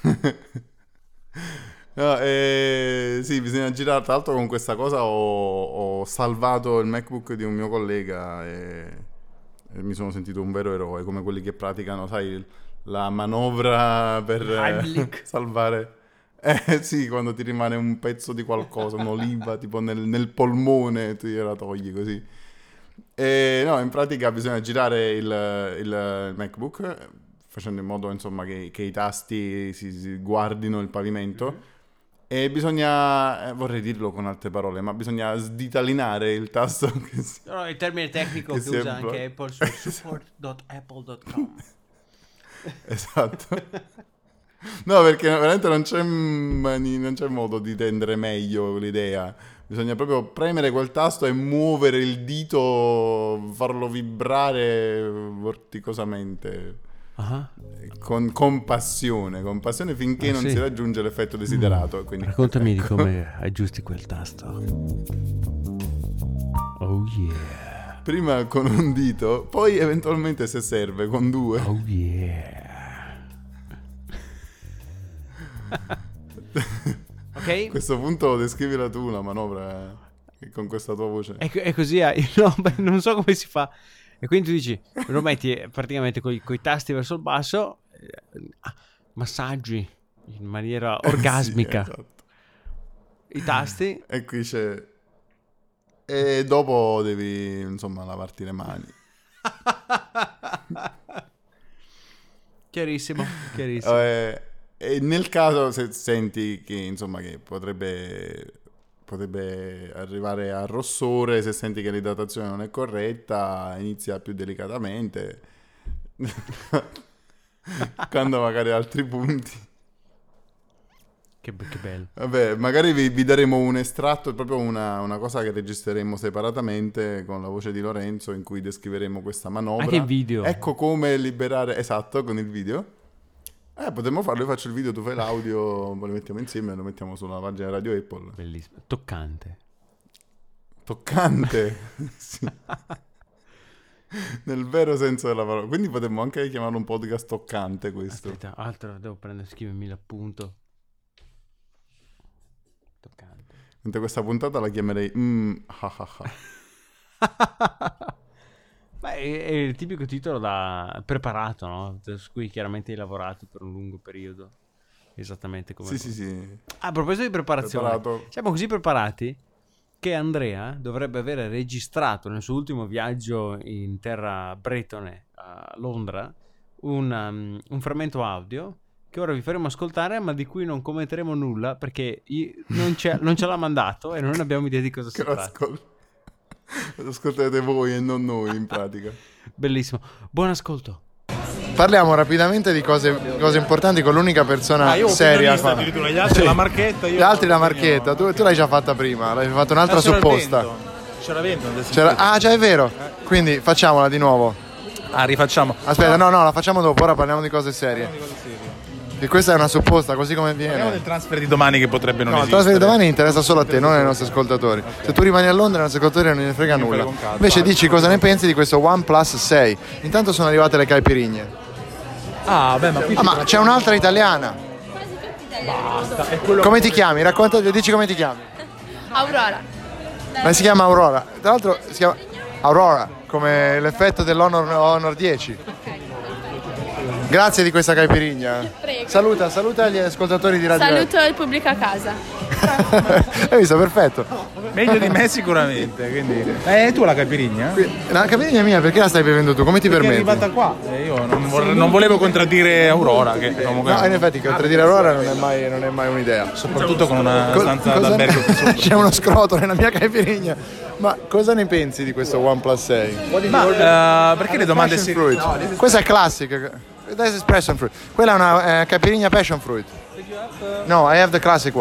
D: No, eh, sì, bisogna girare. Tra l'altro con questa cosa ho, ho salvato il MacBook di un mio collega e, e mi sono sentito un vero eroe, come quelli che praticano, sai, la manovra per eh, salvare. Eh sì, quando ti rimane un pezzo di qualcosa, un'oliva tipo nel, nel polmone, tu gliela togli così. E no, in pratica bisogna girare il, il, il MacBook facendo in modo insomma che, che i tasti si, si guardino il pavimento. Mm-hmm. E bisogna, eh, vorrei dirlo con altre parole, ma bisogna sditalinare il tasto che si,
C: no, no, il termine tecnico che, che usa anche Apple su support dot apple dot com.
D: Esatto. No, perché veramente non c'è, non c'è modo di tendere meglio l'idea. Bisogna proprio premere quel tasto e muovere il dito, farlo vibrare vorticosamente. Uh-huh. Con, con passione, con passione finché ah, non sì. si raggiunge l'effetto desiderato.
C: Mm.
D: Quindi,
C: raccontami
D: ecco.
C: di come aggiusti quel tasto. Oh yeah.
D: Prima con un dito, poi eventualmente se serve con due.
C: Oh yeah. Ok.
D: A questo punto descrivila tu la manovra eh, con questa tua voce.
C: È, è così, eh? No, beh, non so come si fa. E quindi tu dici, lo metti praticamente con i tasti verso il basso, eh, massaggi in maniera orgasmica.
D: Sì, esatto.
C: I tasti.
D: E qui c'è... E dopo devi, insomma, lavarti le mani.
C: Chiarissimo, chiarissimo.
D: Eh, e nel caso se senti che, insomma, che potrebbe... potrebbe arrivare a rossore, se senti che l'idratazione non è corretta, inizia più delicatamente quando magari altri punti.
C: Che, che bello.
D: Vabbè, magari vi, vi daremo un estratto, proprio una, una cosa che registreremo separatamente con la voce di Lorenzo in cui descriveremo questa manovra.
C: Anche il video.
D: Ecco come liberare, esatto, con il video. Eh, potremmo farlo, io faccio il video, tu fai l'audio, lo mettiamo insieme e lo mettiamo sulla pagina Radio Apple.
C: Bellissimo, toccante.
D: Toccante, sì. Nel vero senso della parola. Quindi potremmo anche chiamarlo un podcast toccante questo.
C: Aspetta, altro, devo prendere, scrivermi l'appunto. Toccante.
D: Mentre questa puntata la chiamerei mm, ha ha ha.
C: Beh, è il tipico titolo da preparato, no? Su cui chiaramente hai lavorato per un lungo periodo. Esattamente come...
D: Sì, sì, sì.
C: Ah, a proposito di preparazione,
D: Preparato.
C: siamo così preparati che Andrea dovrebbe aver registrato nel suo ultimo viaggio in terra bretone a Londra un, um, un frammento audio che ora vi faremo ascoltare, ma di cui non commenteremo nulla perché io, non, c'è, non ce l'ha mandato e non abbiamo idea di cosa si tratta.
D: Ascol- ascoltate voi e non noi in pratica.
C: Bellissimo, buon ascolto.
F: Parliamo rapidamente di cose, cose importanti con l'unica persona ah, io seria qua.
G: Addirittura gli altri sì. La marchetta, io
F: gli altri la marchetta, tu, tu l'hai già fatta prima, l'hai fatto un'altra
G: c'era
F: supposta.
G: C'era vento,
F: c'era, ah già è vero, quindi facciamola di nuovo.
G: Ah, rifacciamo.
F: Aspetta, no, no, la facciamo dopo, ora parliamo di cose serie. Di cose serie. Che questa è una supposta, così come viene.
G: Parliamo del transfer di domani che potrebbe non
F: no,
G: esistere.
F: Il transfer di domani interessa solo a te, non ai nostri ascoltatori. Okay. Se tu rimani a Londra, i nostri ascoltatori non ne frega non nulla. Invece dici cosa ne pensi di questo OnePlus sei. Intanto sono arrivate le caipirinhe.
G: Ah, beh, ma qui
F: ah, ma c'è un'altra italiana.
G: Basta, è quello
F: come ti chiami? Raccontati, dici come ti chiami.
H: Aurora.
F: Ma si chiama Aurora. Tra l'altro si chiama Aurora, come l'effetto dell'Honor Honor dieci. Grazie di questa caipirigna.
H: Prego.
F: Saluta, saluta gli ascoltatori di Radio.
H: Saluto il pubblico a casa.
F: Hai visto? Perfetto.
G: Meglio di me sicuramente, quindi. Eh, tu la caipirigna?
F: La caipirigna è mia, perché la stai bevendo tu? Come ti
G: perché
F: permetti?
G: È arrivata qua. Eh, io non, vor- non volevo contraddire Aurora, che comunque...
F: No, in effetti contraddire Aurora non è mai, non è mai un'idea.
G: Soprattutto con una
F: Co-
G: stanza d'albergo più sopra.
F: C'è uno scroto nella mia caipirigna. Ma cosa ne pensi di questo OnePlus sei?
G: Ma uh, perché le domande si...
F: Fruit. No, questa è classic. This is passion fruit. Quella è una uh, caipirinha passion fruit. No, I have the classic one.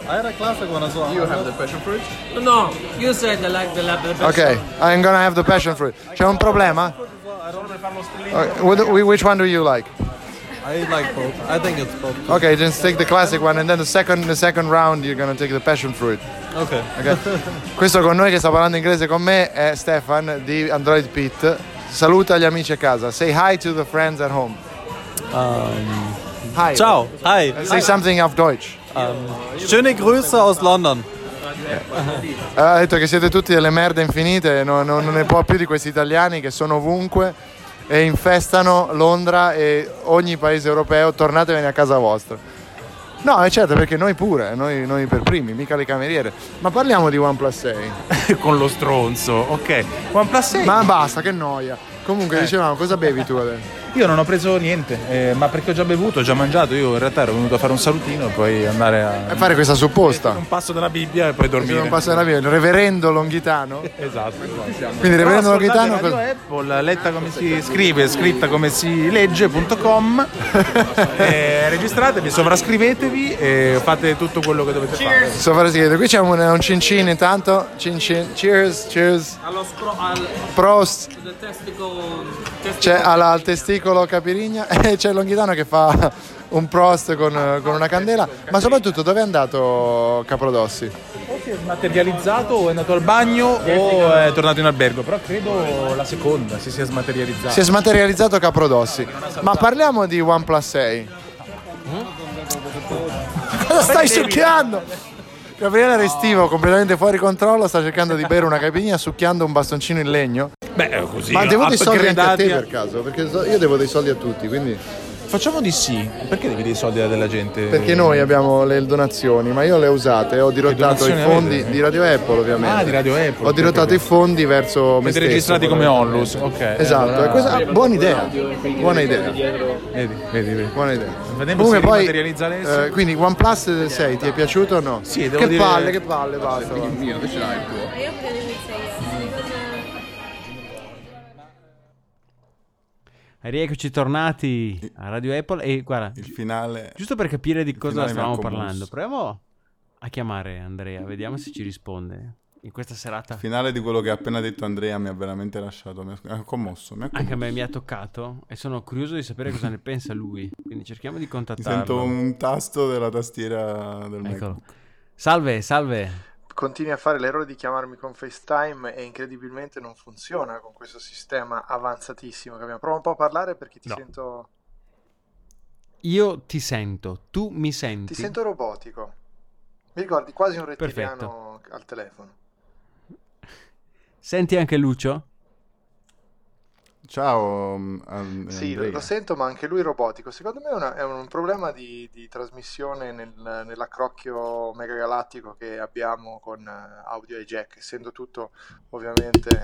G: I had a classic one as well.
I: You have the passion fruit?
J: No, you said I like the lab the best.
F: Ok, I'm gonna have the passion fruit. C'è un problema? Okay, what- which one do you like?
G: I like both. I think it's both.
F: Okay, just take the classic one and then the second, the second round you're gonna take the passion fruit.
G: Ok.
F: Ok. Questo con noi che sta parlando inglese con me è Stefan di Android Pit. Saluta gli amici a casa. Say hi to the friends at home.
G: Um,
F: Hi.
G: Ciao. Hi.
F: Say something auf Deutsch.
G: Um, schöne Grüße aus London.
F: Eh, Ha detto che siete tutti delle merde infinite, non, non- non ne può più di questi italiani che sono ovunque e infestano Londra e ogni paese europeo. Tornatevene a casa vostra. No, è certo, perché noi pure, noi, noi per primi, mica le cameriere. Ma parliamo di OnePlus sei.
G: Con lo stronzo. Ok. OnePlus sei.
F: Ma basta, che noia. Comunque
G: Eh.
F: dicevamo, cosa bevi tu adesso?
G: Io non ho preso niente, eh, ma perché ho già bevuto, ho già mangiato. Io in realtà ero venuto a fare un salutino e poi andare a
F: E fare questa supposta.
G: un passo della Bibbia e poi dormire.
F: Non passa la via, il reverendo Longhitano.
G: Esatto.
F: Quindi il reverendo
G: Ascoltate
F: Longhitano.
G: Radio Apple, letta come si scrive, scritta come si legge punto com. eh, registratevi, sovrascrivetevi e fate tutto quello che dovete fare.
F: Sovrascrivete. Qui c'è un, un cincin intanto. Cincin. Cheers, cheers.
J: Allo scro- al
F: Prost.
J: the testicle,
F: C'è alla- al testicolo Capirigna e c'è Longhitano che fa un prost con, con una candela. Ma soprattutto dove è andato Caprodossi?
G: O si è smaterializzato o è andato al bagno o è tornato in albergo, però credo la seconda, si sia smaterializzato.
F: Si è smaterializzato Caprodossi. Ma parliamo di OnePlus sei. Cosa stai succhiando? Gabriele Restivo, completamente fuori controllo, sta cercando di bere una caipirinha succhiando un bastoncino in legno.
G: Beh, così.
F: Ma devo dei soldi anche a te
G: upgradati
F: per caso? Perché so- io devo dei soldi a tutti, quindi...
G: Facciamo di sì. Perché devi dei soldi della gente?
F: Perché noi abbiamo le donazioni, ma io le ho usate, ho dirottato i
G: donazioni
F: fondi
G: avete?
F: di Radio Apple, ovviamente.
G: Ah, di Radio Apple.
F: Ho dirottato i fondi verso me
G: Siete
F: stesso.
G: registrati come Onlus, ok.
F: Esatto,
G: Allora-
F: e questa buona idea. Buona idea.
G: Vedi, vedi, vedi.
F: Buona idea.
G: Vediamo
F: Comunque
G: se
F: poi
G: rimaterializza adesso.
F: eh, quindi OnePlus sei ti è piaciuto o no?
G: Sì, devo
F: che
G: dire-
F: palle, che palle, basta. va.
I: Il mio, invece l'hai il tuo.
H: Io credo che sia
C: Rieccoci tornati a Radio Apple e guarda,
D: Il finale.
C: giusto per capire di
D: il
C: cosa
D: finale mi ha
C: stavamo
D: commosso.
C: parlando, proviamo a chiamare Andrea, vediamo se ci risponde in questa serata.
D: Il finale di quello che ha appena detto Andrea mi ha veramente lasciato. Mi ha commosso. Mi ha
C: Anche a
D: commosso.
C: me mi ha toccato e sono curioso di sapere cosa ne pensa lui, quindi cerchiamo di
D: Mi
C: contattarlo.
D: sento un tasto della tastiera del
C: Eccolo.
D: MacBook.
C: Salve, salve.
F: Continui a fare l'errore di chiamarmi con FaceTime e incredibilmente non funziona con questo sistema avanzatissimo che abbiamo. Prova un po' a parlare perché ti
C: No.
F: sento
C: Io ti sento, tu mi senti.
F: ti sento robotico. Mi ricordi quasi un rettiliano
C: Perfetto.
F: al telefono.
C: Senti anche Lucio?
D: Ciao, um, An-
F: Sì, lo,
D: Andrea.
F: lo sento, ma anche lui robotico. Secondo me è, una- è un problema di, di trasmissione nel, nell'accrocchio megagalattico che abbiamo con eh, audio e jack, essendo tutto ovviamente...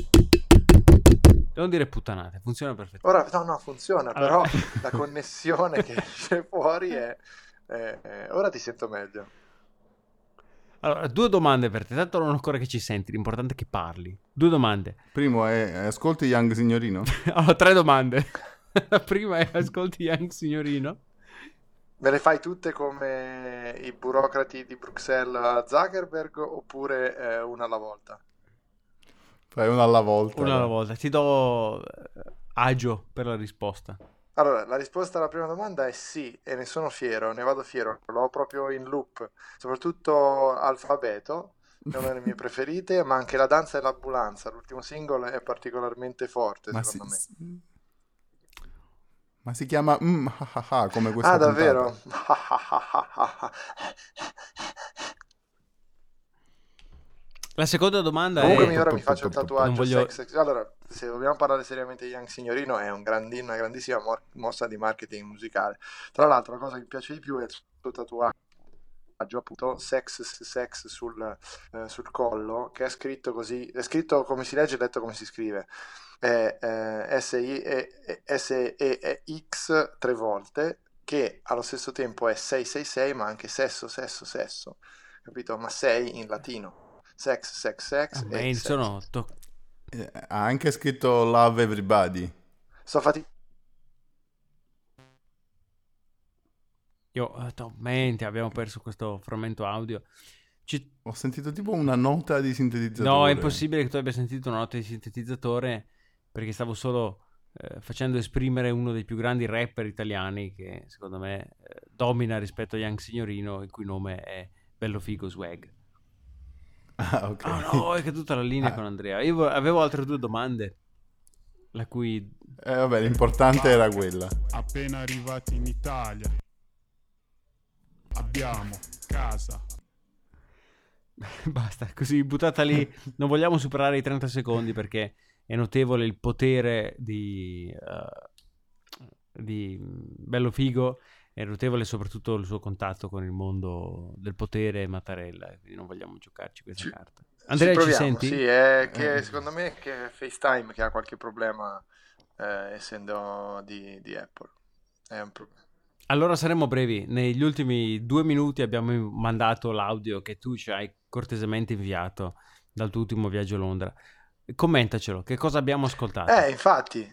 C: Non dire puttanate, funziona perfettamente.
F: Ora, no, no, funziona,
C: Allora.
F: però la connessione che esce fuori è... è- è- Ora ti sento meglio.
C: Allora, due domande per te, tanto non occorre che ci senti, l'importante è che parli. Due domande.
D: Primo è, ascolti Young Signorino?
C: Allora, tre domande. La prima è ascolti Young Signorino.
F: Me le fai tutte come i burocrati di Bruxelles a Zuckerberg oppure eh, una alla volta?
D: Fai una alla volta.
C: Una alla volta. Ti do eh, agio per la risposta.
F: Allora, la risposta alla prima domanda è sì, e ne sono fiero, ne vado fiero, l'ho proprio in loop, soprattutto Alfabeto, è una delle mie preferite, ma anche La danza e l'ambulanza, l'ultimo singolo è particolarmente forte,
D: Ma si,
F: secondo me.
D: ma si chiama mm, ah, ah, ah, come questa
F: Ah,
D: puntata.
F: davvero?
C: La seconda domanda
F: Comunque
C: è...
F: mi ora mi faccio il tatuaggio
C: Non voglio-
F: sex, sex- Allora, se dobbiamo parlare seriamente di Young Signorino, è un grandi- una grandissima mo- mossa di marketing musicale. Tra l'altro, la cosa che mi piace di più è il suo tatuaggio, appunto, sex, sex sul, eh, sul collo, che è scritto così, è scritto come si legge e letto come si scrive. È eh, S I E S E E X tre volte, che allo stesso tempo è sei sei sei, ma anche sesso, sesso, sesso, capito? Ma sei in latino. Sex, sex, sex.
C: Ma
F: e
C: sono
F: sex.
C: to-
D: Eh, ha anche scritto Love Everybody.
F: Sto fatti...
C: Io, eh, no, mente, abbiamo perso questo frammento audio. Ci-
D: Ho sentito tipo una nota di sintetizzatore.
C: No, è impossibile che tu abbia sentito una nota di sintetizzatore perché stavo solo eh, facendo esprimere uno dei più grandi rapper italiani che secondo me eh, domina rispetto a Young Signorino, il cui nome è Bello Figo Swag.
D: Ah, ok.
C: Ah no, è caduta la linea
D: Ah.
C: con Andrea. Io vo- avevo altre due domande, la cui...
D: Eh, vabbè, l'importante era quella.
K: Appena arrivati in Italia abbiamo casa.
C: Basta, così buttata lì. Non vogliamo superare i trenta secondi perché è notevole il potere di, uh, di Bello Figo, è notevole soprattutto il suo contatto con il mondo del potere Mattarella, quindi non vogliamo giocarci questa
F: Ci-
C: carta. Andrea,
F: ci
C: ci
F: proviamo,
C: senti?
F: sì, è che secondo me è che è FaceTime che ha qualche problema, eh, essendo di, di Apple. È un problema.
C: Allora saremo brevi. Negli ultimi due minuti abbiamo mandato l'audio che tu ci hai cortesemente inviato dal tuo ultimo viaggio a Londra. Commentacelo, che cosa abbiamo ascoltato?
F: Eh, infatti,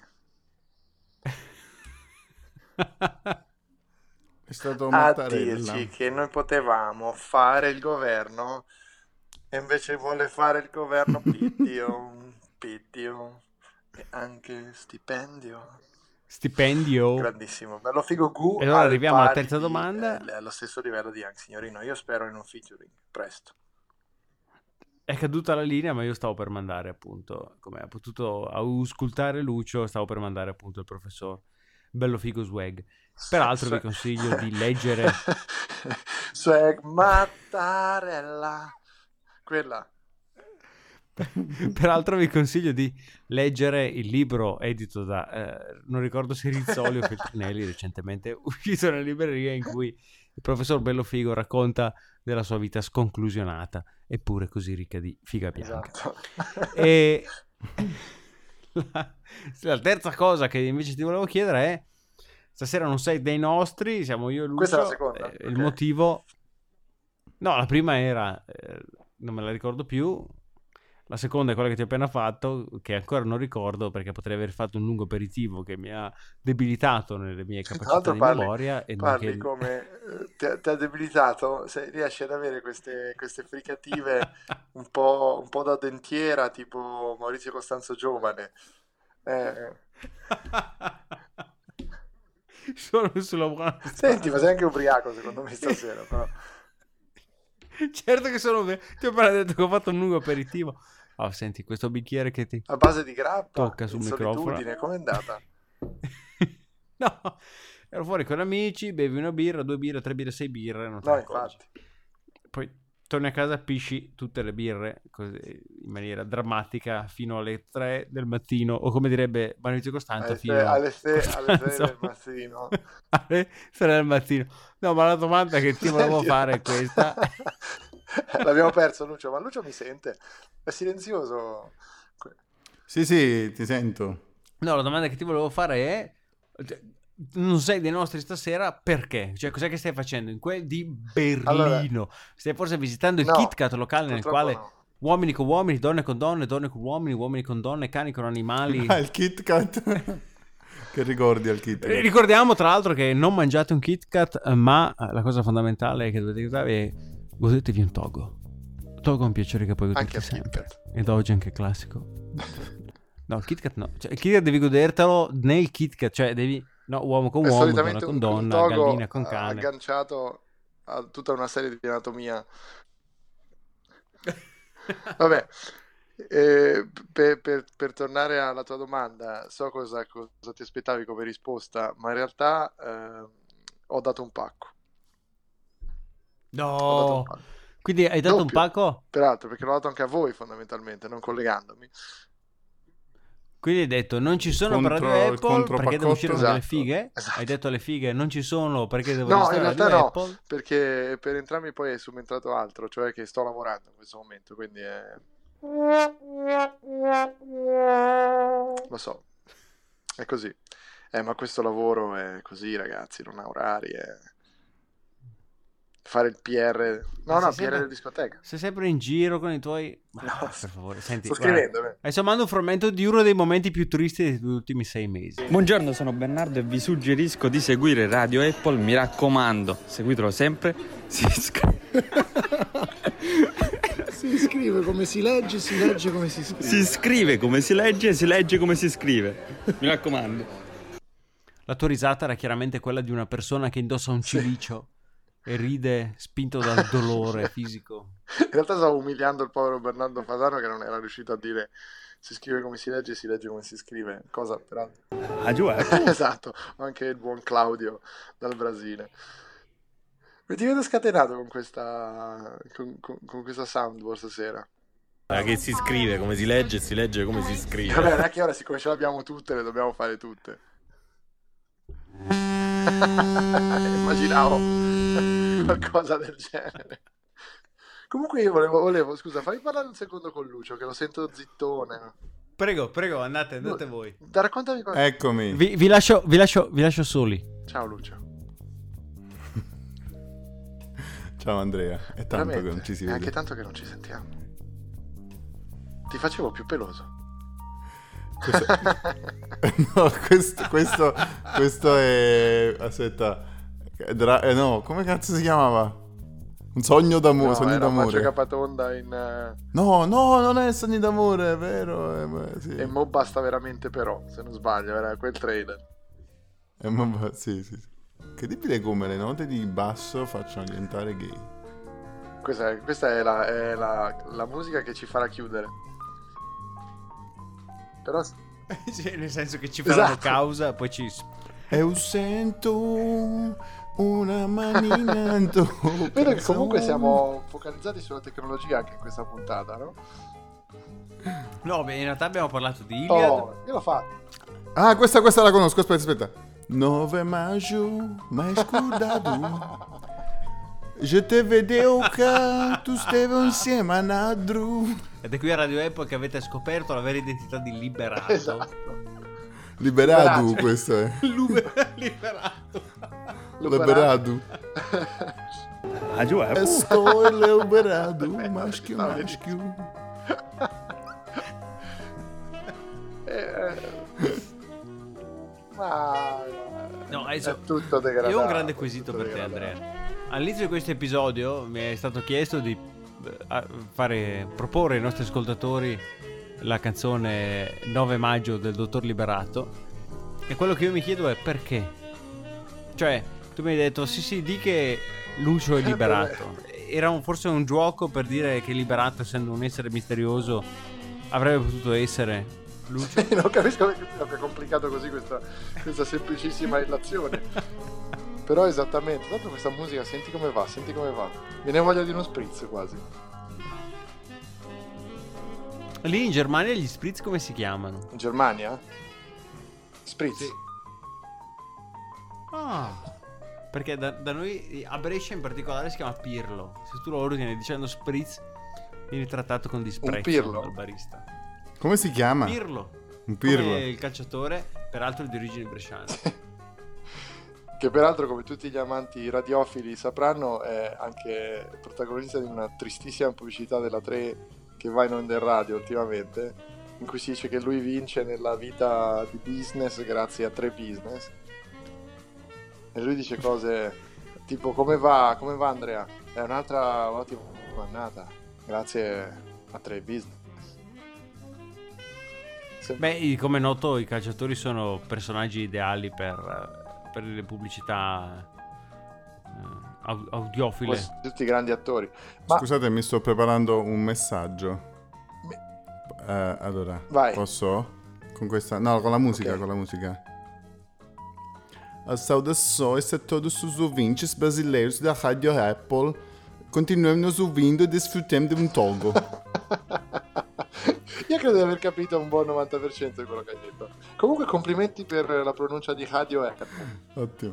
D: È stato
F: a
D: Mattarella.
F: dirci che noi potevamo fare il governo e invece vuole fare il governo Piddio, Piddio e anche stipendio.
C: Stipendio.
F: Grandissimo, bello figo Gu.
C: E allora
F: al
C: arriviamo alla
F: pari
C: terza
F: di,
C: domanda.
F: eh, allo stesso livello di Young Signorino. Io spero in un featuring presto.
C: È caduta la linea, ma io stavo per mandare appunto, come ha potuto auscultare Lucio, stavo per mandare appunto il professor Bello Figo Swag. Peraltro vi consiglio di leggere...
F: Swag Mattarella. Quella.
C: Peraltro vi consiglio di leggere il libro edito da, eh, non ricordo se Rizzoli o Feltrinelli, recentemente uscito nella libreria, in cui il professor Bellofigo racconta della sua vita sconclusionata, eppure così ricca di figa bianca.
F: Esatto.
C: E la, la terza cosa che invece ti volevo chiedere è, stasera non sei dei nostri, siamo io e Lucio.
F: Questa è la seconda?
C: eh, Il
F: Ok.
C: motivo... No, la prima era, eh, non me la ricordo più. La seconda è quella che ti ho appena fatto, che ancora non ricordo perché potrei aver fatto un lungo aperitivo che mi ha debilitato nelle mie
F: Tra
C: capacità
F: l'altro
C: di
F: parli,
C: memoria. E
F: parli
C: nonché...
F: come eh, ti, ha- ti ha debilitato, se riesci ad avere queste, queste fricative un po', un po' da dentiera, tipo Maurizio Costanzo giovane. Eh,
C: Sono sulla buona
F: Senti, ma sei anche ubriaco secondo me stasera, però.
C: Certo che sono... ve- Ti ho appena detto che ho fatto un lungo aperitivo. Oh, senti, questo bicchiere che ti
F: A base di grappa,
C: tocca sul
F: in
C: microfono.
F: solitudine, com'è andata?
C: No, ero fuori con amici, bevi una birra, due birre, tre birre, sei birre, non te
F: No,
C: ne accorgi.
F: infatti.
C: Poi torni a casa, pisci tutte le birre così, in maniera drammatica fino alle tre del mattino, o come direbbe Maurizio Costanzo,
F: Alle
C: fino
F: tre, alle tre, alle tre
C: Insomma,
F: del mattino.
C: alle tre del mattino. No, ma la domanda che ti volevo
F: Senti,
C: fare è questa.
F: L'abbiamo perso Lucio, ma Lucio mi sente? È silenzioso.
D: Sì, sì, ti sento.
C: No, la domanda che ti volevo fare è: non sei dei nostri stasera perché? Cioè, cos'è che stai facendo in quel di Berlino?
F: Allora,
C: Stai forse visitando il
F: no,
C: Kit Kat locale nel
F: purtroppo
C: quale
F: no.
C: uomini con uomini, donne con donne, donne con uomini, uomini con donne, cani con animali.
D: Ah, il Kit Kat. Che ricordi al Kit Kat?
C: Eh, Ricordiamo tra l'altro che non mangiate un Kit Kat, eh, ma eh, la cosa fondamentale che dovete ricordare è godetevi un Togo. Togo è un piacere che puoi
F: Anche
C: goderti
F: al Kit
C: sempre.
F: Kat.
C: Ed oggi anche classico. No, il Kit Kat no. Cioè, il Kit Kat devi godertelo nel Kit Kat, cioè devi... No, uomo con
F: È
C: uomo, donna
F: solitamente
C: con
F: un, un
C: donna,
F: togo
C: gallina con
F: eh,
C: cane.
F: agganciato a tutta una serie di anatomia. Vabbè, eh, per, per- per tornare alla tua domanda, so cosa, cosa ti aspettavi come risposta, ma in realtà eh, ho dato un pacco. Ho dato un
C: No!
F: pacco.
C: Quindi hai dato un
F: Doppio,
C: pacco?
F: peraltro, perché l'ho dato anche a voi fondamentalmente, non collegandomi.
C: Quindi hai detto non ci sono per
D: Contro-
C: Radio
D: il
C: Apple perché devo uscire con delle
F: Esatto,
C: fighe.
F: esatto.
C: Hai detto alle fighe non ci sono perché devo
F: No, in
C: registrare
F: realtà
C: Radio
F: no,
C: Apple.
F: perché per entrambi poi è subentrato altro, cioè che sto lavorando in questo momento, quindi è... Lo so, è così. Eh, ma questo lavoro è così, ragazzi, non ha orari, è, fare il P R. No,
C: Ma
F: no,
C: sei
F: P R
C: sempre-
F: della discoteca.
C: Sei sempre in giro con i tuoi... Ma,
F: No,
C: per favore, senti.
F: sto
C: guarda,
F: scrivendo, eh.
C: Adesso mando un frammento di uno dei momenti più tristi degli ultimi sei mesi.
L: Buongiorno, sono Bernardo e vi suggerisco di seguire Radio Apple, mi raccomando, seguitelo sempre. Si iscri-
A: Si scrive come si legge, si legge come si scrive.
L: si scrive come si legge, si legge come si scrive. Mi raccomando.
C: La tua risata era chiaramente quella di una persona che indossa un cilicio e ride spinto dal dolore fisico.
F: In realtà stavo umiliando il povero Bernardo Fasano che non era riuscito a dire si scrive come si legge, si legge come si scrive, cosa peraltro.
L: Ah, giù, eh.
F: Esatto, anche il buon Claudio dal Brasile. Mi ti vedo scatenato con questa con, con, con questa soundboard stasera.
M: Che si scrive come si legge, si legge come si scrive.
F: Vabbè, non è che ora siccome ce l'abbiamo tutte le dobbiamo fare tutte. Immaginavo qualcosa del genere. Comunque io volevo, volevo, scusa, fammi parlare un secondo con Lucio che lo sento zittone.
C: Prego, prego, andate, andate
F: No,
C: voi.
F: Da raccontami cosa.
D: Eccomi.
C: Vi, vi lascio, vi, lascio, vi lascio soli.
F: Ciao Lucio.
D: Ciao Andrea, è tanto
F: Veramente,
D: che non ci si
F: è
D: vede.
F: anche tanto che non ci sentiamo. Ti facevo più peloso.
D: Questo... no, questo, questo, questo è... Aspetta. Dra... Eh, no, come cazzo si chiamava? Un sogno d'amore.
F: No,
D: sogno
F: era
D: d'amore.
F: Maggio Capatonda in... eh,
D: No, no, non è sogno d'amore, è vero. È... ma- Sì.
F: E mo basta veramente però, se non sbaglio, era quel trailer.
D: È ma- sì, sì, sì. Incredibile come le note di basso facciano diventare gay.
F: Questa è, questa è, la, è la, la musica che ci farà chiudere. Però...
C: Sì, nel senso che ci faranno
F: Esatto.
C: causa, poi ci...
D: E sento una manina addosso.
F: Vedo che comunque siamo focalizzati sulla tecnologia anche in questa puntata, no?
C: No, beh, in realtà abbiamo parlato di Iliad.
F: Oh, io l'ho fatto.
D: Ah, questa, questa la conosco, aspetta, aspetta. nove maggio, mai scordato. Je te vedevo che tu stavi insieme a Nadru.
C: Ed è qui a Radio Apple che avete scoperto la vera identità di Liberato.
F: Esatto.
D: Liberado,
F: Liberato.
D: questo è.
C: Lube- Liberato.
D: Liberado.
L: Ah, giù, eh.
D: Sto liberado, maschio, maschio.
F: Eh, ma...
C: No, adesso
F: è tutto degradato.
C: io ho un grande quesito
F: tutto
C: per te,
F: degradato.
C: Andrea. All'inizio di questo episodio mi è stato chiesto di eh, a- fare proporre ai nostri ascoltatori la canzone nove maggio del Dottor Liberato. E quello che io mi chiedo è perché. Cioè, tu mi hai detto sì sì, di che Lucio è liberato. Era un- forse un gioco per dire che Liberato, essendo un essere misterioso, avrebbe potuto essere Lucio.
F: Non capisco perché è complicato così questa, questa semplicissima illazione. Però esattamente, tanto questa musica, senti come va, senti come va. Viene voglia di uno spritz quasi.
C: Lì in Germania gli spritz come si chiamano?
F: In Germania? Spritz.
C: Ah, perché da, da noi a Brescia in particolare si chiama Pirlo. Se tu lo ordini dicendo spritz, vieni trattato con disprezzo
F: pirlo?
C: dal barista.
D: Come si chiama?
C: Pirlo.
D: Un pirlo.
C: Come il calciatore, peraltro di origini bresciane.
F: Che peraltro, come tutti gli amanti radiofili sapranno, è anche protagonista di una tristissima pubblicità della tre che va in onda in radio ultimamente, in cui si dice che lui vince nella vita di business grazie a tre business. E lui dice cose tipo: come va, come va Andrea? È un'altra ottima annata grazie a tre business. Se-
C: Beh, come è noto, i calciatori sono personaggi ideali per, per le pubblicità eh, au- audiofile.
F: tutti i grandi attori. Ma
D: Scusate, mi sto preparando un messaggio. Eh, allora,
F: Vai.
D: posso? Con questa... No, con la musica,
F: Ok.
D: con la musica. A saudações a todos os ouvintes brasileiros da Rádio Apple. Continuemos nos ouvindo e desfrutemos de um togo.
F: io credo di aver capito un buon novanta per cento di quello che hai detto. Comunque complimenti per la pronuncia di radio Apple.
D: Ottimo.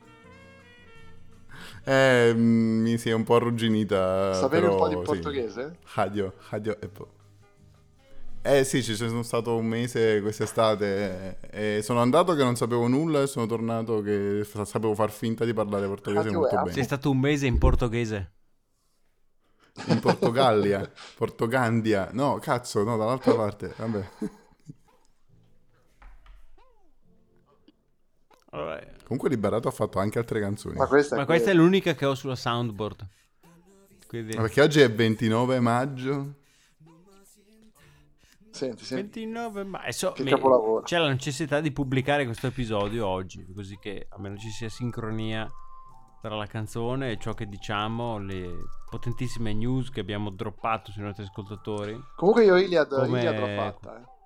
D: Eh, mm, mi si è un po' arrugginita.
F: Sapevi
D: però,
F: un po' di
D: sì.
F: portoghese?
D: Radio, Radio Apple. Eh sì, ci sono stato un mese quest'estate e sono andato che non sapevo nulla e sono tornato che f- sapevo far finta di parlare portoghese molto bene.
C: Sei stato un mese in portoghese.
D: In Portogallia, Portogandia. No, cazzo, no, dall'altra parte. Vabbè.
C: Alright.
D: Comunque Liberato ha fatto anche altre canzoni.
F: Ma questa è,
C: Ma questa è l'unica che ho sulla soundboard. Quindi...
D: Ma perché oggi è ventinove maggio.
F: Senti, senti.
C: ventinove ma so,
F: Che
C: mi-
F: capolavoro.
C: c'è la necessità di pubblicare questo episodio oggi, così che almeno ci sia sincronia tra la canzone e ciò che diciamo, le potentissime news che abbiamo droppato sui nostri ascoltatori.
F: Comunque io Iliad,
C: Come-
F: Iliad l'ho fatta, eh.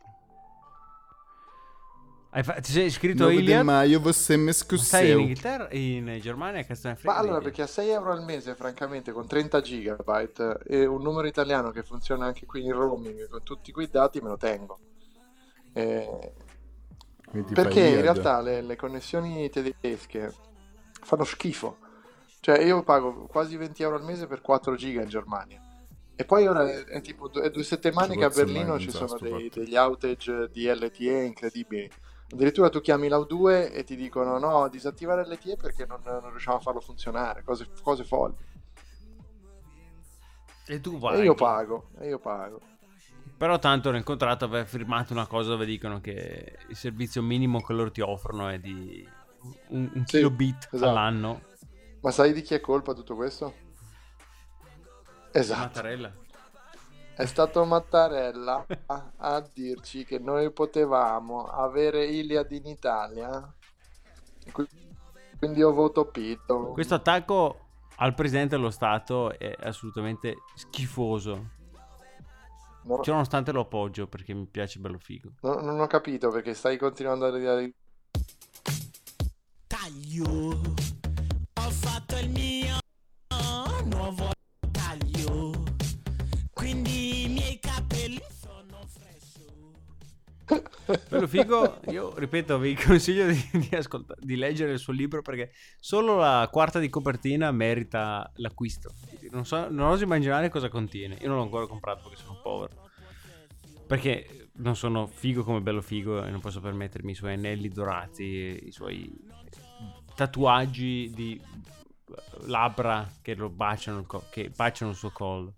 C: Hai fa- ti sei iscritto a
D: nove
C: Iliad?
D: maio você me
C: Ma stai in
D: scusseu.
C: Inghilterra, in Germania, che stai
F: Ma allora, perché a sei euro al mese, francamente, con trenta gigabyte e un numero italiano che funziona anche qui in roaming con tutti quei dati, me lo tengo. Eh,
D: Quindi ti fai
F: perché in
D: Iliad.
F: realtà le, le connessioni tedesche fanno schifo. Cioè io pago quasi venti euro al mese per quattro giga in Germania. E poi ora è, è tipo due, è due settimane che a
D: Forse
F: Berlino
D: mai
F: ci
D: pensato
F: sono
D: sto
F: dei-
D: fatto.
F: degli outage di L T E incredibili. Addirittura tu chiami l'A U due e ti dicono no, disattivare L T E perché non, non riusciamo a farlo funzionare, cose, cose folli.
C: E tu
F: E
C: vai.
F: io pago, e io pago.
C: Però tanto nel contratto aveva firmato una cosa dove dicono che il servizio minimo che loro ti offrono è di un, un
F: Sì,
C: kilobit
F: esatto.
C: all'anno.
F: Ma sai di chi è colpa tutto questo? Esatto.
C: Mattarella.
F: È stato Mattarella a, a dirci che noi potevamo avere Iliad in Italia. E qui- Quindi io voto Pito.
C: Questo attacco al presidente dello Stato è assolutamente schifoso.
F: Non,
C: Ciò nonostante lo appoggio perché mi piace bello figo.
F: non- non ho capito perché stai continuando a dire.
B: Taglio, ho fatto il mio nuovo taglio, quindi i miei capelli sono fresh.
C: Bello figo, io ripeto, vi consiglio di, di, ascolta- di leggere il suo libro perché solo la quarta di copertina merita l'acquisto. Non, so, non oso immaginare cosa contiene. Io non l'ho ancora comprato perché sono povero. Perché non sono figo come bello figo e non posso permettermi i suoi anelli dorati, i suoi tatuaggi di labbra che lo baciano, il co- che baciano il suo collo.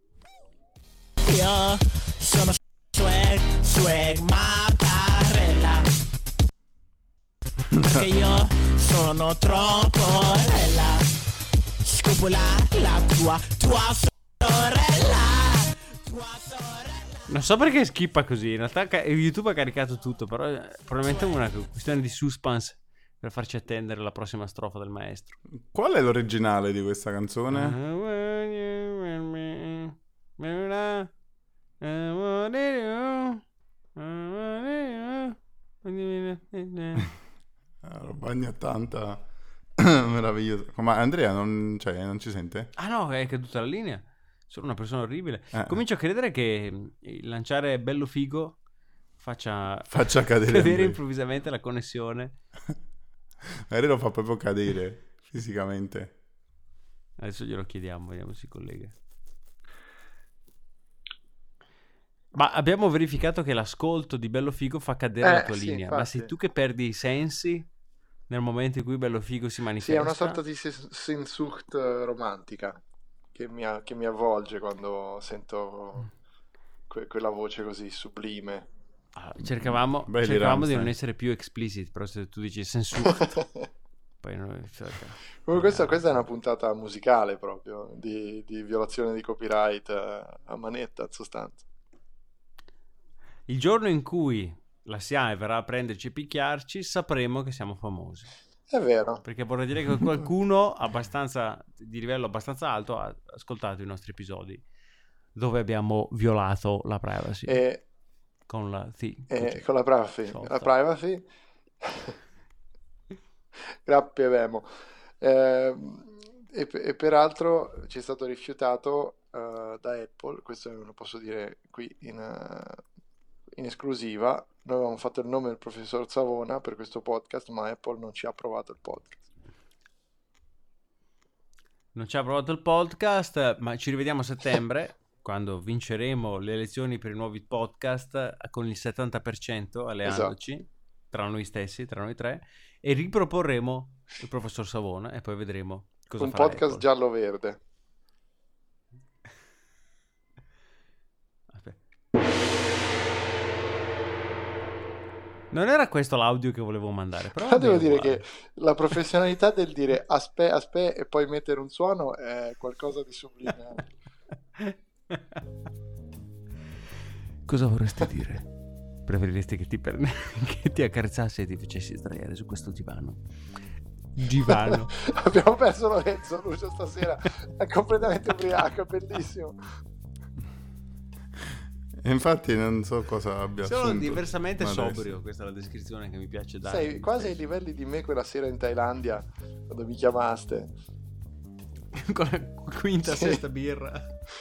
B: Io sono swag, swag Mattarella, perché io sono troppo bella. Scopola la tua, tua sorella, tua sorella.
C: Non so perché skippa così. In realtà ca- YouTube ha caricato tutto, però è probabilmente una questione di suspense per farci attendere la prossima strofa del maestro.
D: Qual è l'originale di questa canzone? Ah, roba anni ottanta. Meraviglioso. Ma Andrea non, cioè, non ci sente?
C: Ah no, è caduta la linea. Sono una persona orribile.
D: Eh.
C: Comincio a credere che il lanciare bello figo faccia,
D: Faccia cadere
C: cadere
D: Andrea.
C: improvvisamente la connessione.
D: Magari lo fa proprio cadere fisicamente.
C: Adesso glielo chiediamo, vediamo se si collega. Ma abbiamo verificato che l'ascolto di bello figo fa cadere
F: Eh,
C: la tua
F: sì,
C: linea.
F: infatti.
C: Ma sei tu che perdi i sensi nel momento in cui bello figo si manifesta?
F: Sì, è una sorta di se- Sehnsucht eh, romantica che mi, a- che mi avvolge quando sento que- quella voce così sublime.
C: Ah, cercavamo
D: Belli
C: cercavamo di
D: Rammstein.
C: non essere più explicit, però se tu dici sensu poi noi cioè,
F: Comunque questa, questa è una puntata musicale proprio, di, di violazione di copyright eh, a manetta, in sostanza.
C: il giorno in cui la S I A E verrà a prenderci e picchiarci, sapremo che siamo famosi.
F: È vero.
C: Perché vorrei dire che qualcuno abbastanza di livello abbastanza alto ha ascoltato i nostri episodi dove abbiamo violato la privacy
F: E,
C: con la sì,
F: e con la privacy,
C: Sciolta.
F: la privacy. Grazie Vemo. Eh, e, e peraltro ci è stato rifiutato eh, da Apple, questo lo posso dire qui in, eh, in esclusiva. Noi avevamo fatto il nome del professor Savona per questo podcast, ma Apple non ci ha approvato il podcast.
C: non ci ha provato il podcast, ma ci rivediamo a settembre quando vinceremo le elezioni per i nuovi podcast con il settanta per cento alleandoci, esatto, tra noi stessi, tra noi tre, e riproporremo il professor Savona e poi vedremo cosa
F: un
C: farà
F: podcast
C: Apple.
F: giallo-verde.
C: Non era questo l'audio che volevo mandare, però
F: Però devo dire
C: uguale.
F: che la professionalità del dire aspe, aspe e poi mettere un suono è qualcosa di sublime.
C: Cosa vorresti dire? Preferiresti che ti, per... che ti accarezzassi e ti facessi sdraiare su questo divano? Divano.
F: Abbiamo perso Lorenzo, Lucio stasera è completamente ubriaco, è bellissimo.
D: E infatti non so cosa abbia
C: Sono
D: assunto.
C: diversamente
D: Ma
C: sobrio,
D: adesso.
C: questa è la descrizione che mi piace dare.
F: Sei quasi ai livelli di me quella sera in Thailandia quando mi chiamaste.
C: Con la quinta,
F: Sì.
C: sesta birra.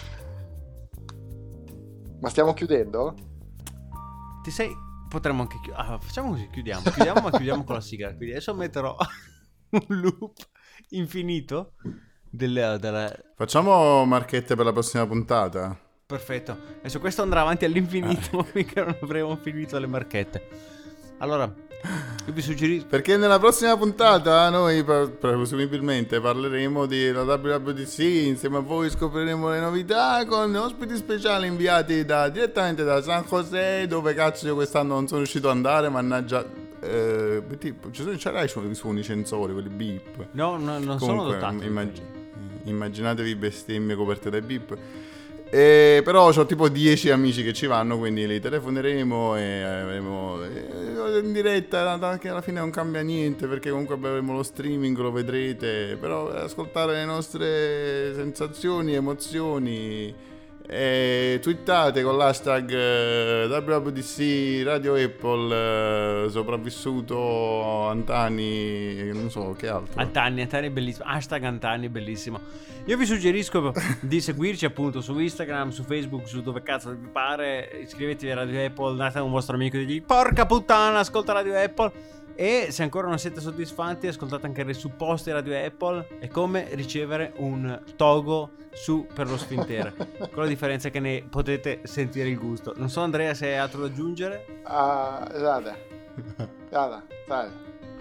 F: Ma stiamo chiudendo?
C: Ti sei... Potremmo anche chiudere... Ah, facciamo così, chiudiamo. Chiudiamo, ma chiudiamo con la sigla. Quindi adesso metterò un loop infinito delle, della...
D: Facciamo marchette per la prossima puntata.
C: Perfetto. Adesso questo andrà avanti all'infinito finché non avremo finito le marchette. Allora, io vi suggerisco...
D: Perché nella prossima puntata noi per- presumibilmente parleremo della W W D C, insieme a voi scopriremo le novità con ospiti speciali inviati da, direttamente da San José, dove cazzo io quest'anno non sono riuscito ad andare, mannaggia... Eh, tipo, ci sono, c'era i suoni, i suoni censori, quelli beep.
C: No, no non sono
D: Comunque,
C: dotati.
D: immag- immaginatevi bestemmie coperte dai beep. E però ho tipo dieci amici che ci vanno, quindi li telefoneremo e avremo eh, in diretta, anche alla fine non cambia niente perché comunque avremo lo streaming, lo vedrete, però ascoltare le nostre sensazioni, emozioni, e twittate con l'hashtag eh, W W D C Radio Apple, eh, sopravvissuto Antani, non so che altro.
C: Antani, Antani bellissimo. Hashtag Antani bellissimo. Io vi suggerisco di seguirci appunto su Instagram, su Facebook, su dove cazzo vi pare. Iscrivetevi a Radio Apple, date a un vostro amico e digli porca puttana, ascolta Radio Apple. E se ancora non siete soddisfatti, ascoltate anche i supposti Radio Apple. È come ricevere un togo su per lo sfintere, con la differenza che ne potete sentire il gusto. Non so Andrea se hai altro da aggiungere.
F: Ah, guarda. Guarda, dai.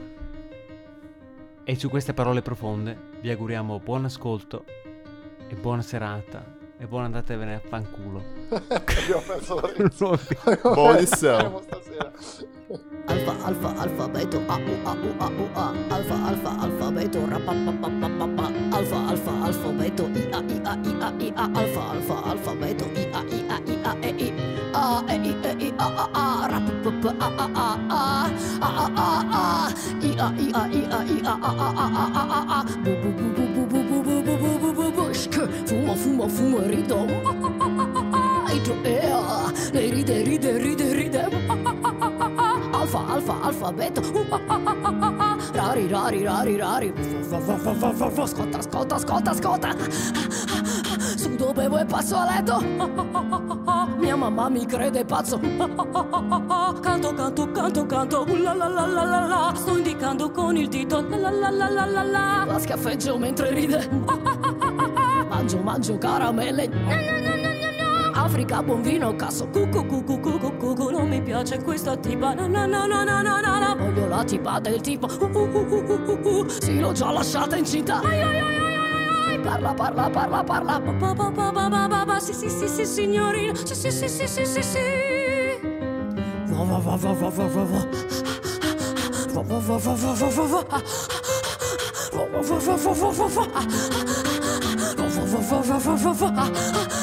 C: E su queste parole profonde vi auguriamo buon ascolto e buona serata e buon andatevene a fanculo.
F: Abbiamo perso Lorenzo.
D: Buonissimo.
F: Stasera.
N: Alfa, alfa, alfabeto, A, U, A, U, A, U, A. Alfa, alfa, alfabeto, rapapapapapa. Alfa, alfa, alfabeto, I, A, I, A, I, A, I, A. Alfa, alfa, alfabeto, I, A, I, A, I, A, E, I. A, E, I, E, I, A, A, A. Rapapapa, A, A, A, A. A, A, A, A. I, A, I, A, I, A, I, A, A, A, A, A, A, A. Bu, bu, bu, bu, bu, bu, bu, bu, bu, bu, bu, bu, bu. Shk. Fumo, fumo, fumo, rido. Rido, ea. Le ride, ride, ride, ride. Alfa, alfa, alfabeto. Rari, rari, rari, rari. Ascolta, ascolta, ascolta, ascolta. Sudo, bevo e passo a letto. Mia mamma mi crede pazzo. Canto, canto, canto, canto. La la la la la la. Sto indicando con il dito. La la la la la la la. La schiaffeggio mentre ride. Mangio, mangio caramelle. Africa, buon vino, cazzo. Cucu, cucu, cucu, cucu. Non mi piace questa tipa. No, no, no, no, no, no, no. Voglio la tipa del tipo. Uh, uh, uh, uh, uh, uh. Sì, l'ho già lasciata incinta. Ai, ai, ai, ai, ai, ai. Parla, parla, parla, parla. Pa, pa, pa, pa, pa, pa, pa. Sì, sì, sì, sì, signorina. Sì, sì, sì, sì, sì, sì, sì. Va, va, va, va, va, va, va, va. Va, va, va, va, va, va, va, va. Va, va, va, va, va, va, va, va. Va, va, va, va, va, va, va, va.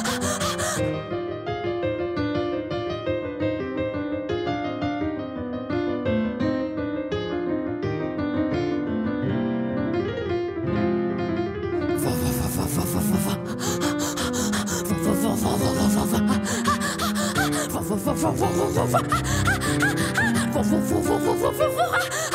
N: Va, va, va, va, va, va, va.